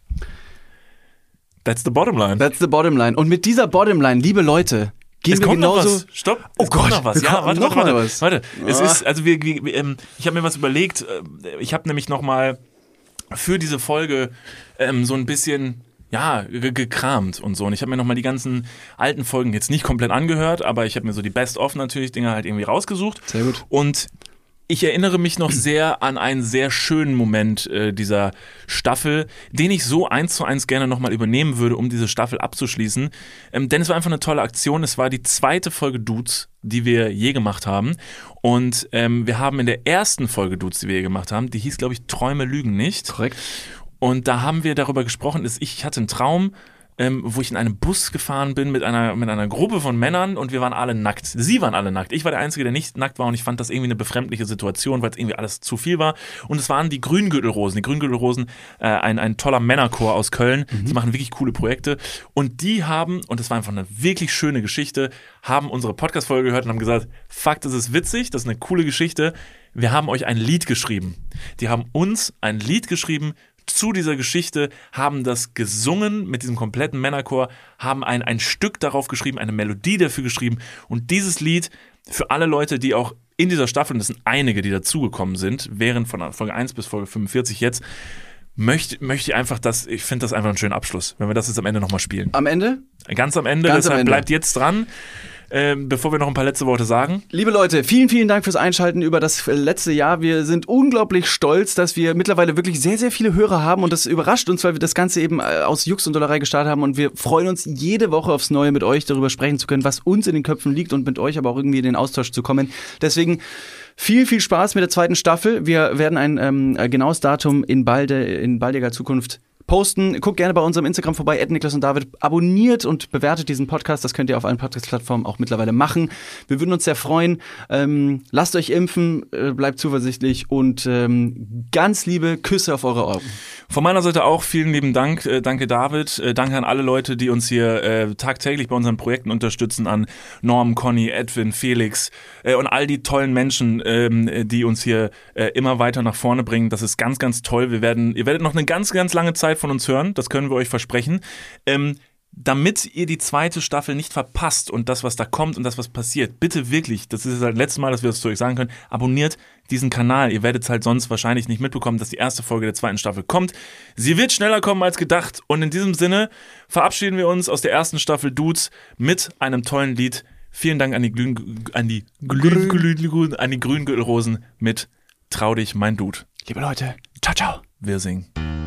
That's the bottom line. That's the bottom line. Und mit dieser Bottomline, liebe Leute, gehen Es wir kommt noch genauso... was. Stopp. Oh es kommt Gott, noch was. wir Ja, kommen warte, noch warte, mal warte. was. Warte. Es Ah. ist, also wir, wir, ähm, ich habe mir was überlegt. äh, Ich habe nämlich noch mal für diese Folge ähm, so ein bisschen ja ge- gekramt und so. Und ich habe mir noch mal die ganzen alten Folgen jetzt nicht komplett angehört, aber ich habe mir so die Best-of natürlich Dinger halt irgendwie rausgesucht. Sehr gut. Und ich erinnere mich noch sehr an einen sehr schönen Moment äh, dieser Staffel, den ich so eins zu eins gerne nochmal übernehmen würde, um diese Staffel abzuschließen. Ähm, denn es war einfach eine tolle Aktion. Es war die zweite Folge Dudes, die wir je gemacht haben. Und ähm, wir haben in der ersten Folge Dudes, die wir je gemacht haben, die hieß, glaube ich, Träume lügen nicht. Korrekt. Und da haben wir darüber gesprochen, dass ich, ich hatte einen Traum, ähm, wo ich in einem Bus gefahren bin mit einer, mit einer Gruppe von Männern und wir waren alle nackt. Sie waren alle nackt. Ich war der Einzige, der nicht nackt war und ich fand das irgendwie eine befremdliche Situation, weil es irgendwie alles zu viel war. Und es waren die Grüngürtelrosen. Die Grüngürtelrosen, äh, ein, ein toller Männerchor aus Köln. Mhm. Die machen wirklich coole Projekte. Und die haben, und das war einfach eine wirklich schöne Geschichte, haben unsere Podcast-Folge gehört und haben gesagt, fuck, das ist witzig, das ist eine coole Geschichte. Wir haben euch ein Lied geschrieben. Die haben uns ein Lied geschrieben zu dieser Geschichte, haben das gesungen mit diesem kompletten Männerchor, haben ein, ein Stück darauf geschrieben, eine Melodie dafür geschrieben und dieses Lied für alle Leute, die auch in dieser Staffel, und das sind einige, die dazugekommen sind, während von Folge eins bis Folge fünfundvierzig jetzt, möchte, möchte ich einfach, das, ich finde das einfach einen schönen Abschluss, wenn wir das jetzt am Ende nochmal spielen. Am Ende? Ganz am Ende, Ganz am deshalb Ende. bleibt jetzt dran. Ähm, bevor wir noch ein paar letzte Worte sagen. Liebe Leute, vielen, vielen Dank fürs Einschalten über das letzte Jahr. Wir sind unglaublich stolz, dass wir mittlerweile wirklich sehr, sehr viele Hörer haben und das überrascht uns, weil wir das Ganze eben aus Jux und Dollerei gestartet haben und wir freuen uns jede Woche aufs Neue mit euch darüber sprechen zu können, was uns in den Köpfen liegt und mit euch aber auch irgendwie in den Austausch zu kommen. Deswegen viel, viel Spaß mit der zweiten Staffel. Wir werden ein ähm, genaues Datum in, balde, in baldiger Zukunft posten. Guckt gerne bei unserem Instagram vorbei, at Niklas und David. Abonniert und bewertet diesen Podcast. Das könnt ihr auf allen Podcast-Plattformen auch mittlerweile machen. Wir würden uns sehr freuen. Ähm, lasst euch impfen, äh, bleibt zuversichtlich und ähm, ganz liebe Küsse auf eure Augen. Von meiner Seite auch vielen lieben Dank. Äh, danke David. Äh, danke an alle Leute, die uns hier äh, tagtäglich bei unseren Projekten unterstützen. An Norm, Conny, Edwin, Felix äh, und all die tollen Menschen, ähm, die uns hier äh, immer weiter nach vorne bringen. Das ist ganz, ganz toll. Wir werden, ihr werdet noch eine ganz, ganz lange Zeit von uns hören. Das können wir euch versprechen. Ähm, damit ihr die zweite Staffel nicht verpasst und das, was da kommt und das, was passiert, bitte wirklich, das ist das letzte Mal, dass wir das zu euch sagen können, abonniert diesen Kanal. Ihr werdet es halt sonst wahrscheinlich nicht mitbekommen, dass die erste Folge der zweiten Staffel kommt. Sie wird schneller kommen als gedacht und in diesem Sinne verabschieden wir uns aus der ersten Staffel Dudes mit einem tollen Lied. Vielen Dank an die Glühen, an die Glühen, Glühen, an die Grüngürtelrosen mit Trau dich, mein Dude. Liebe Leute, ciao, ciao. Wir singen.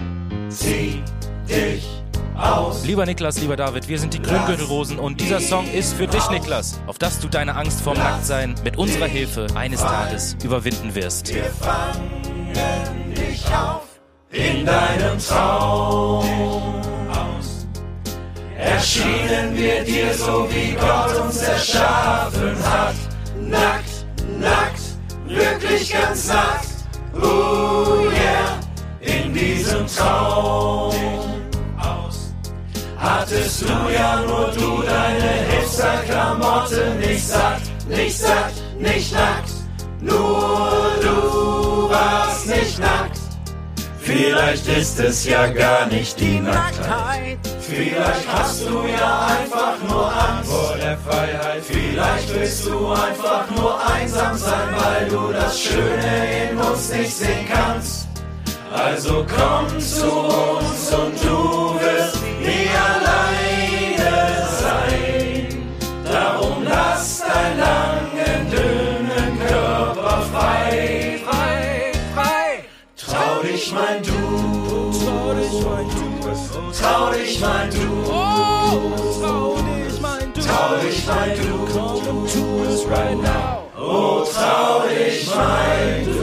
Zieh dich aus. Lieber Niklas, lieber David, wir sind die Grüngürtelrosen und dieser Song ist für dich, Niklas, auf dass du deine Angst vorm Nacktsein mit unserer Hilfe eines Tages überwinden wirst. Wir fangen dich auf in deinem Traum aus. Erschienen wir dir so, wie Gott uns erschaffen hat. Nackt, nackt, wirklich ganz nackt. Oh yeah, in diesem Traum aus. Hattest du ja nur du deine Hipster-Klamotte nicht satt, nicht satt, nicht nackt. Nur du warst nicht nackt. Vielleicht ist es ja gar nicht die Nacktheit. Vielleicht hast du ja einfach nur Angst vor der Freiheit. Vielleicht willst du einfach nur einsam sein, weil du das Schöne in uns nicht sehen kannst. Also komm zu uns und du wirst nie alleine sein. Darum lass deinen langen, dünnen Körper frei, frei, frei. Trau dich, mein Du, trau dich, mein Du, trau dich, mein Du, trau dich, mein Du, traurig mein Du, come to us right now. Oh, traurig mein Du.